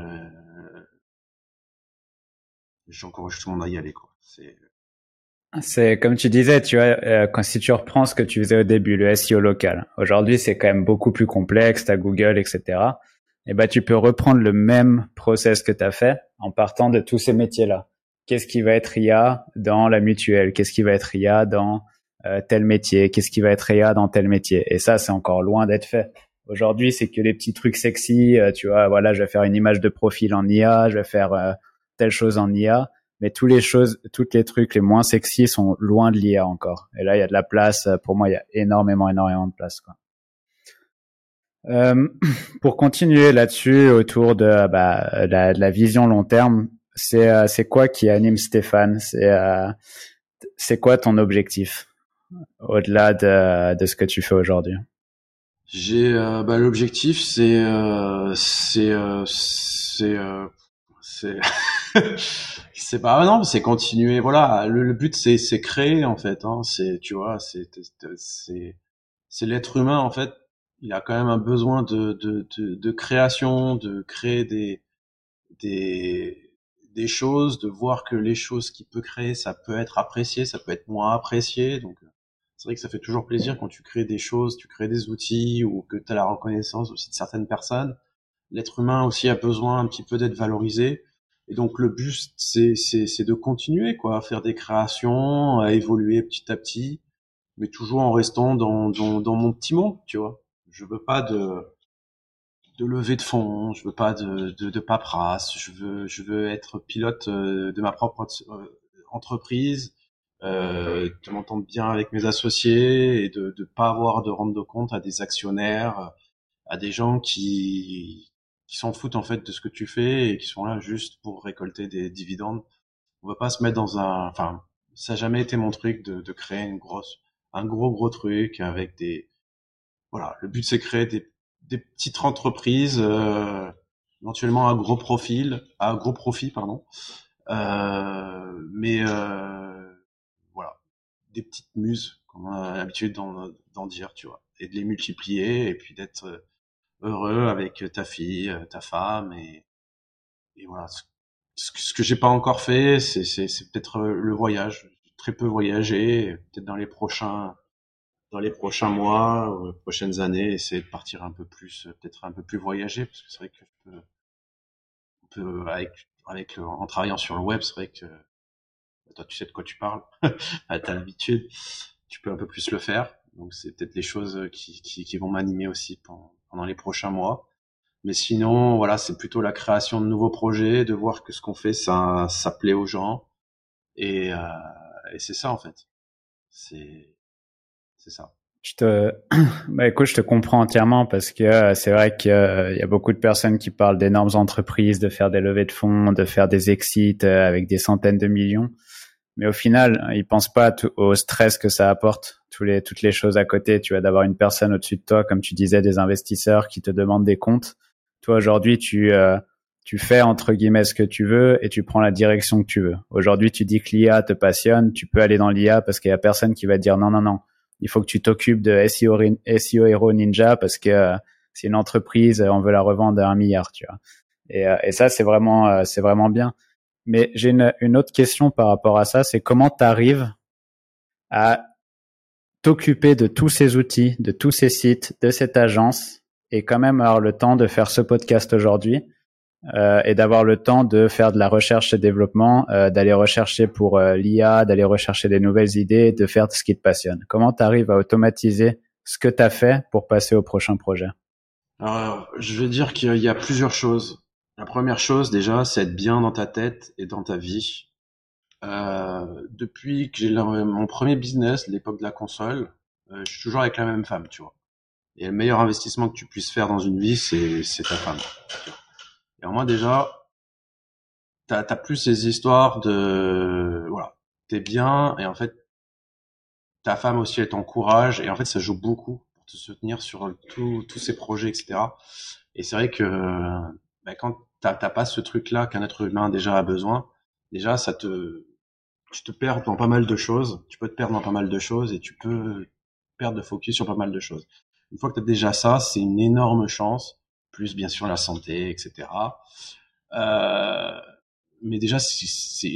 j'encourage tout le monde à y aller, quoi. C'est comme tu disais, tu vois, si tu reprends ce que tu faisais au début, le SEO local. Aujourd'hui, c'est quand même beaucoup plus complexe, t'as Google, etc. Et tu peux reprendre le même process que t'as fait en partant de tous ces métiers-là. Qu'est-ce qui va être IA dans la mutuelle? Qu'est-ce qui va être IA dans tel métier? Qu'est-ce qui va être IA dans tel métier? Et ça, c'est encore loin d'être fait. Aujourd'hui, c'est que les petits trucs sexy, tu vois, voilà, je vais faire une image de profil en IA, je vais faire telle chose en IA. Mais toutes les trucs les moins sexy sont loin de l'IA encore. Et là, il y a de la place. Pour moi, il y a énormément de place, quoi. Euh, pour continuer là-dessus, autour de la vision long terme, c'est quoi qui anime Stéphane? C'est quoi ton objectif au-delà de ce que tu fais aujourd'hui? L'objectif c'est c'est pas non, c'est continuer. Voilà, le but c'est créer en fait. Hein, c'est tu vois, c'est l'être humain en fait. Il a quand même un besoin de création, de créer des des choses, de voir que les choses qu'il peut créer, ça peut être apprécié, ça peut être moins apprécié. Donc c'est vrai que ça fait toujours plaisir quand tu crées des choses, tu crées des outils ou que tu as la reconnaissance aussi de certaines personnes. L'être humain aussi a besoin un petit peu d'être valorisé. Et donc le but, c'est de continuer, quoi, à faire des créations, à évoluer petit à petit, mais toujours en restant dans mon petit monde, tu vois. Je veux pas de levée de fonds, je veux pas de paperasse, je veux être pilote de ma propre entreprise, de m'entendre bien avec mes associés et de pas avoir de rendre de compte à des actionnaires, à des gens qui s'en foutent en fait de ce que tu fais et qui sont là juste pour récolter des dividendes. On va pas se mettre dans enfin, ça a jamais été mon truc de créer un gros truc avec voilà, le but c'est créer des petites entreprises, éventuellement à gros profit, pardon. Mais voilà, des petites muses, comme on a l'habitude d'en dire, tu vois, et de les multiplier et puis d'être heureux avec ta fille, ta femme et voilà. Ce que j'ai pas encore fait, c'est peut-être le voyage. J'ai très peu voyagé, peut-être dans les prochains mois ou les prochaines années, essayer de partir un peu plus, peut-être un peu plus voyager, parce que c'est vrai que en travaillant sur le web, c'est vrai que toi tu sais de quoi tu parles, t'as l'habitude, tu peux un peu plus le faire. Donc c'est peut-être les choses qui vont m'animer aussi pendant les prochains mois. Mais sinon, voilà, c'est plutôt la création de nouveaux projets, de voir que ce qu'on fait, ça plaît aux gens. Et, euh, et c'est ça, en fait. C'est, c'est ça. Bah écoute, je te comprends entièrement parce que c'est vrai qu'il y a beaucoup de personnes qui parlent d'énormes entreprises, de faire des levées de fonds, de faire des exits avec des centaines de millions. Mais au final, ils pensent pas au stress que ça apporte, toutes les choses à côté. Tu vas d'avoir une personne au-dessus de toi, comme tu disais, des investisseurs qui te demandent des comptes. Toi, aujourd'hui, tu fais entre guillemets ce que tu veux et tu prends la direction que tu veux. Aujourd'hui, tu dis que l'IA te passionne, tu peux aller dans l'IA parce qu'il y a personne qui va te dire non, non, non. Il faut que tu t'occupes de SEO Hero Ninja parce que c'est une entreprise, on veut la revendre à 1 milliard, tu vois. Et ça, c'est vraiment bien. Mais j'ai une autre question par rapport à ça, c'est comment tu arrives à t'occuper de tous ces outils, de tous ces sites, de cette agence, et quand même avoir le temps de faire ce podcast aujourd'hui, et d'avoir le temps de faire de la recherche et développement, d'aller rechercher pour l'IA, d'aller rechercher des nouvelles idées, de faire ce qui te passionne. Comment tu arrives à automatiser ce que tu as fait pour passer au prochain projet? Alors, je vais dire qu'il y a plusieurs choses. La première chose, déjà, c'est être bien dans ta tête et dans ta vie. Depuis que j'ai mon premier business, l'époque de la console, je suis toujours avec la même femme, tu vois. Et le meilleur investissement que tu puisses faire dans une vie, c'est ta femme. Et au moins déjà, t'as plus ces histoires de voilà, t'es bien et en fait ta femme aussi elle t'encourage et en fait ça joue beaucoup pour te soutenir sur tous ces projets etc. Et c'est vrai que quand t'as pas ce truc là qu'un être humain déjà a besoin, déjà tu te perds dans pas mal de choses, tu peux te perdre dans pas mal de choses et tu peux perdre de focus sur pas mal de choses. Une fois que tu as déjà ça, c'est une énorme chance, plus bien sûr la santé, etc. Euh, mais déjà, c'est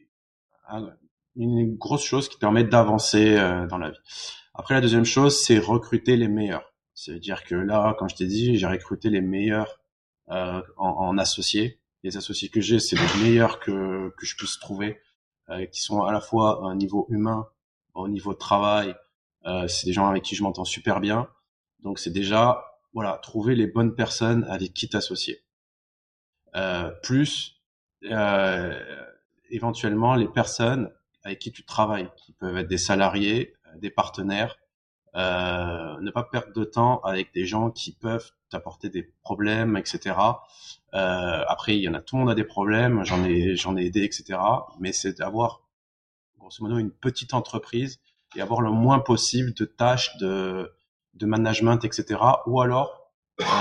une grosse chose qui permet d'avancer dans la vie. Après, la deuxième chose, c'est recruter les meilleurs. Ça veut dire que là, comme je t'ai dit, j'ai recruté les meilleurs en associés. Les associés que j'ai, c'est les meilleurs que je puisse trouver, qui sont à la fois à un niveau humain, au niveau de travail. C'est des gens avec qui je m'entends super bien. Donc c'est déjà voilà trouver les bonnes personnes avec qui t'associer. Plus éventuellement les personnes avec qui tu travailles, qui peuvent être des salariés, des partenaires. Ne pas perdre de temps avec des gens qui peuvent t'apporter des problèmes, etc. Après, il y en a, tout le monde a des problèmes, j'en ai aidé, etc. Mais c'est d'avoir, grosso modo, une petite entreprise et avoir le moins possible de tâches de management, etc. Ou alors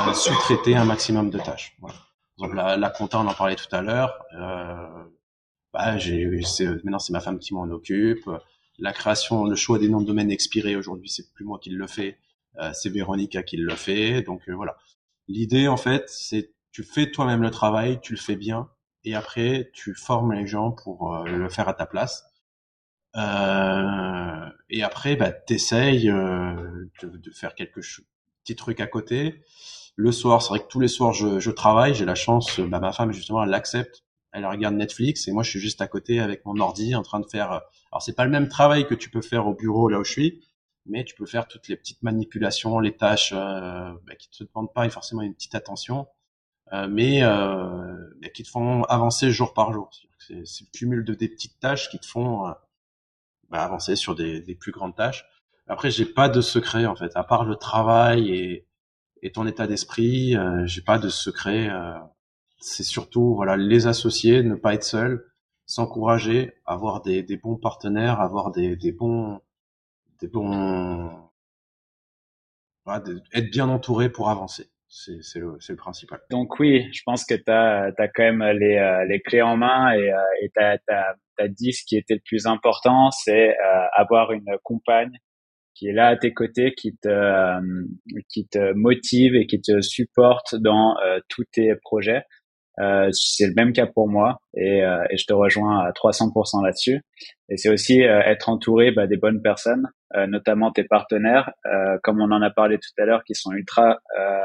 sous-traiter un maximum de tâches. Voilà. Par exemple, la compta, on en parlait tout à l'heure. bah, maintenant c'est ma femme qui m'en occupe. La création, le choix des noms de domaine expirés aujourd'hui, c'est plus moi qui le fais, c'est Véronica qui le fait. Donc voilà. L'idée en fait, c'est tu fais toi-même le travail, tu le fais bien, et après tu formes les gens pour le faire à ta place. Et après, bah, t'essayes de faire petit truc à côté. Le soir, c'est vrai que tous les soirs, je travaille. J'ai la chance, bah, ma femme, justement, elle l'accepte. Elle regarde Netflix et moi, je suis juste à côté avec mon ordi en train de faire. Alors, c'est pas le même travail que tu peux faire au bureau là où je suis, mais tu peux faire toutes les petites manipulations, les tâches bah, qui te demandent pas forcément une petite attention, mais qui te font avancer jour par jour. C'est le cumul de des petites tâches qui te font bah, avancer sur des plus grandes tâches. Après, j'ai pas de secret en fait, à part le travail et ton état d'esprit. J'ai pas de secret. C'est surtout voilà les associés, ne pas être seul, s'encourager, avoir des bons partenaires, avoir des bons voilà, être bien entouré pour avancer. C'est le principal. Donc oui, je pense que tu as quand même les clés en main et t'as dit ce qui était le plus important, c'est avoir une compagne qui est là à tes côtés, qui te motive et qui te supporte dans tous tes projets. C'est le même cas pour moi et je te rejoins à 300% là-dessus. Et c'est aussi être entouré des bonnes personnes, notamment tes partenaires, comme on en a parlé tout à l'heure, qui sont ultra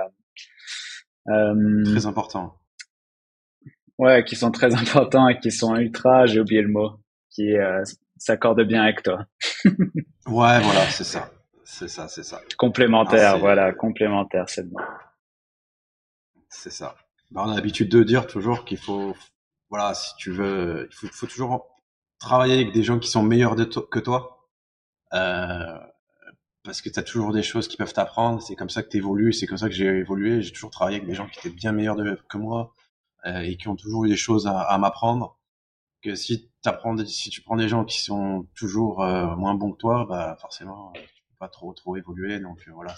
Très important. ouais, qui sont très importants et qui sont ultra, j'ai oublié le mot, qui s'accordent bien avec toi. Ouais, voilà, c'est ça. C'est ça, c'est ça. Non, Complémentaire, voilà, complémentaire, c'est bon. c'est ça. Bah, on a l'habitude de dire toujours qu'il faut, voilà, si tu veux, faut toujours travailler avec des gens qui sont meilleurs que toi, euh, parce que tu as toujours des choses qui peuvent t'apprendre. C'est comme ça que tu évolues, c'est comme ça que j'ai évolué. J'ai toujours travaillé avec des gens qui étaient bien meilleurs que moi et qui ont toujours eu des choses à m'apprendre. Que si tu prends des gens qui sont toujours moins bons que toi, bah forcément, tu peux pas trop évoluer. Donc voilà,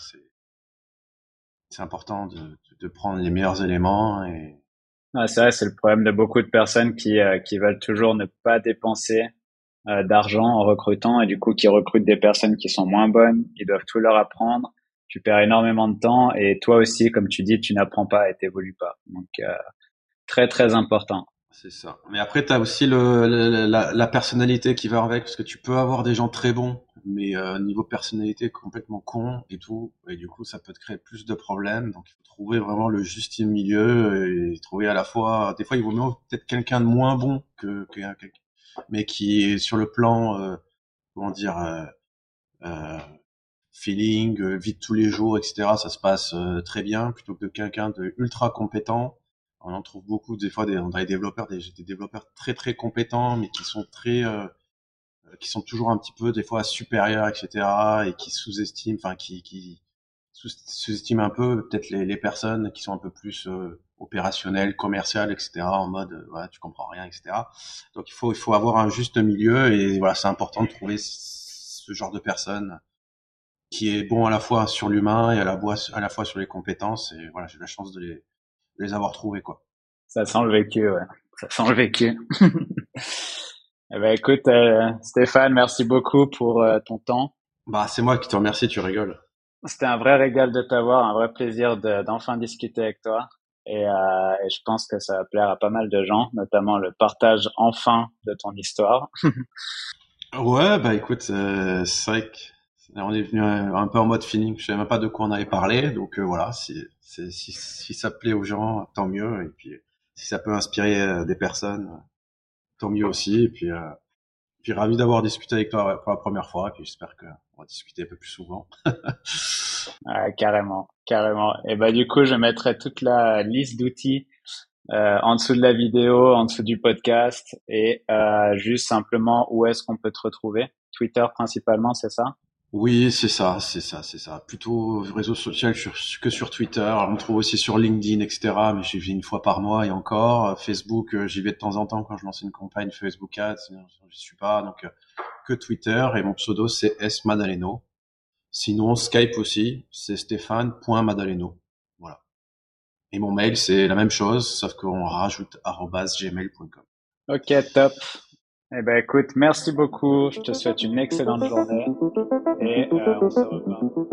c'est important de prendre les meilleurs éléments et Ouais, c'est vrai, c'est le problème de beaucoup de personnes qui veulent toujours ne pas dépenser d'argent en recrutant et du coup qui recrutent des personnes qui sont moins bonnes, ils doivent tout leur apprendre. Tu perds énormément de temps et toi aussi, comme tu dis, tu n'apprends pas et t'évolues pas. Donc très très important. c'est ça. Mais après, tu as aussi la personnalité qui va avec, parce que tu peux avoir des gens très bons, mais niveau personnalité complètement con et tout, et du coup, ça peut te créer plus de problèmes. Donc, il faut trouver vraiment le juste milieu et trouver à la fois. Des fois, il vaut mieux peut-être quelqu'un de moins bon mais qui est sur le plan, comment dire, euh, feeling, vie de tous les jours, etc. Ça se passe très bien, plutôt que de quelqu'un de ultra compétent. On en trouve beaucoup des fois dans les développeurs, des développeurs très très compétents, mais qui sont qui sont toujours un petit peu des fois supérieurs, etc. et qui sous-estiment, enfin qui sous-estiment un peu peut-être les personnes qui sont un peu plus opérationnelles, commerciales, etc. en mode ouais, tu comprends rien, etc. Donc il faut avoir un juste milieu et voilà, c'est important de trouver ce genre de personnes qui est bon à la fois sur l'humain et à la fois sur les compétences. Et voilà, j'ai la chance de les avoir trouvés, quoi. Ça sent le vécu, ouais. Ça sent le vécu. Eh ben écoute, Stéphane, merci beaucoup pour ton temps. Bah, c'est moi qui te remercie, tu rigoles. C'était un vrai régal de t'avoir, un vrai plaisir d'enfin discuter avec toi. Et je pense que ça va plaire à pas mal de gens, notamment le partage enfin de ton histoire. Ouais, bah écoute, c'est vrai que on est venu un peu en mode feeling. Je savais même pas de quoi on allait parler, donc voilà. Si ça plaît aux gens, tant mieux. Et puis si ça peut inspirer des personnes, tant mieux aussi. Et puis ravi d'avoir discuté avec toi ouais, pour la première fois. Et puis j'espère qu'on va discuter un peu plus souvent. Carrément, carrément. Et bah du coup, je mettrai toute la liste d'outils en dessous de la vidéo, en dessous du podcast, et juste simplement où est-ce qu'on peut te retrouver. Twitter principalement, c'est ça? Oui, c'est ça, c'est ça, c'est ça. Plutôt réseau social que sur Twitter. On me trouve aussi sur LinkedIn, etc. Mais j'y vais une fois par mois et encore. Facebook, j'y vais de temps en temps quand je lance une campagne Facebook Ads. Sinon, je suis pas. Donc, que Twitter. Et mon pseudo, c'est S Madaleno. Sinon, Skype aussi, c'est stéphane.madaleno. Voilà. Et mon mail, c'est la même chose, sauf qu'on rajoute @gmail.com. Ok, top. Eh ben, écoute, merci beaucoup. Je te souhaite une excellente journée et on se reparle.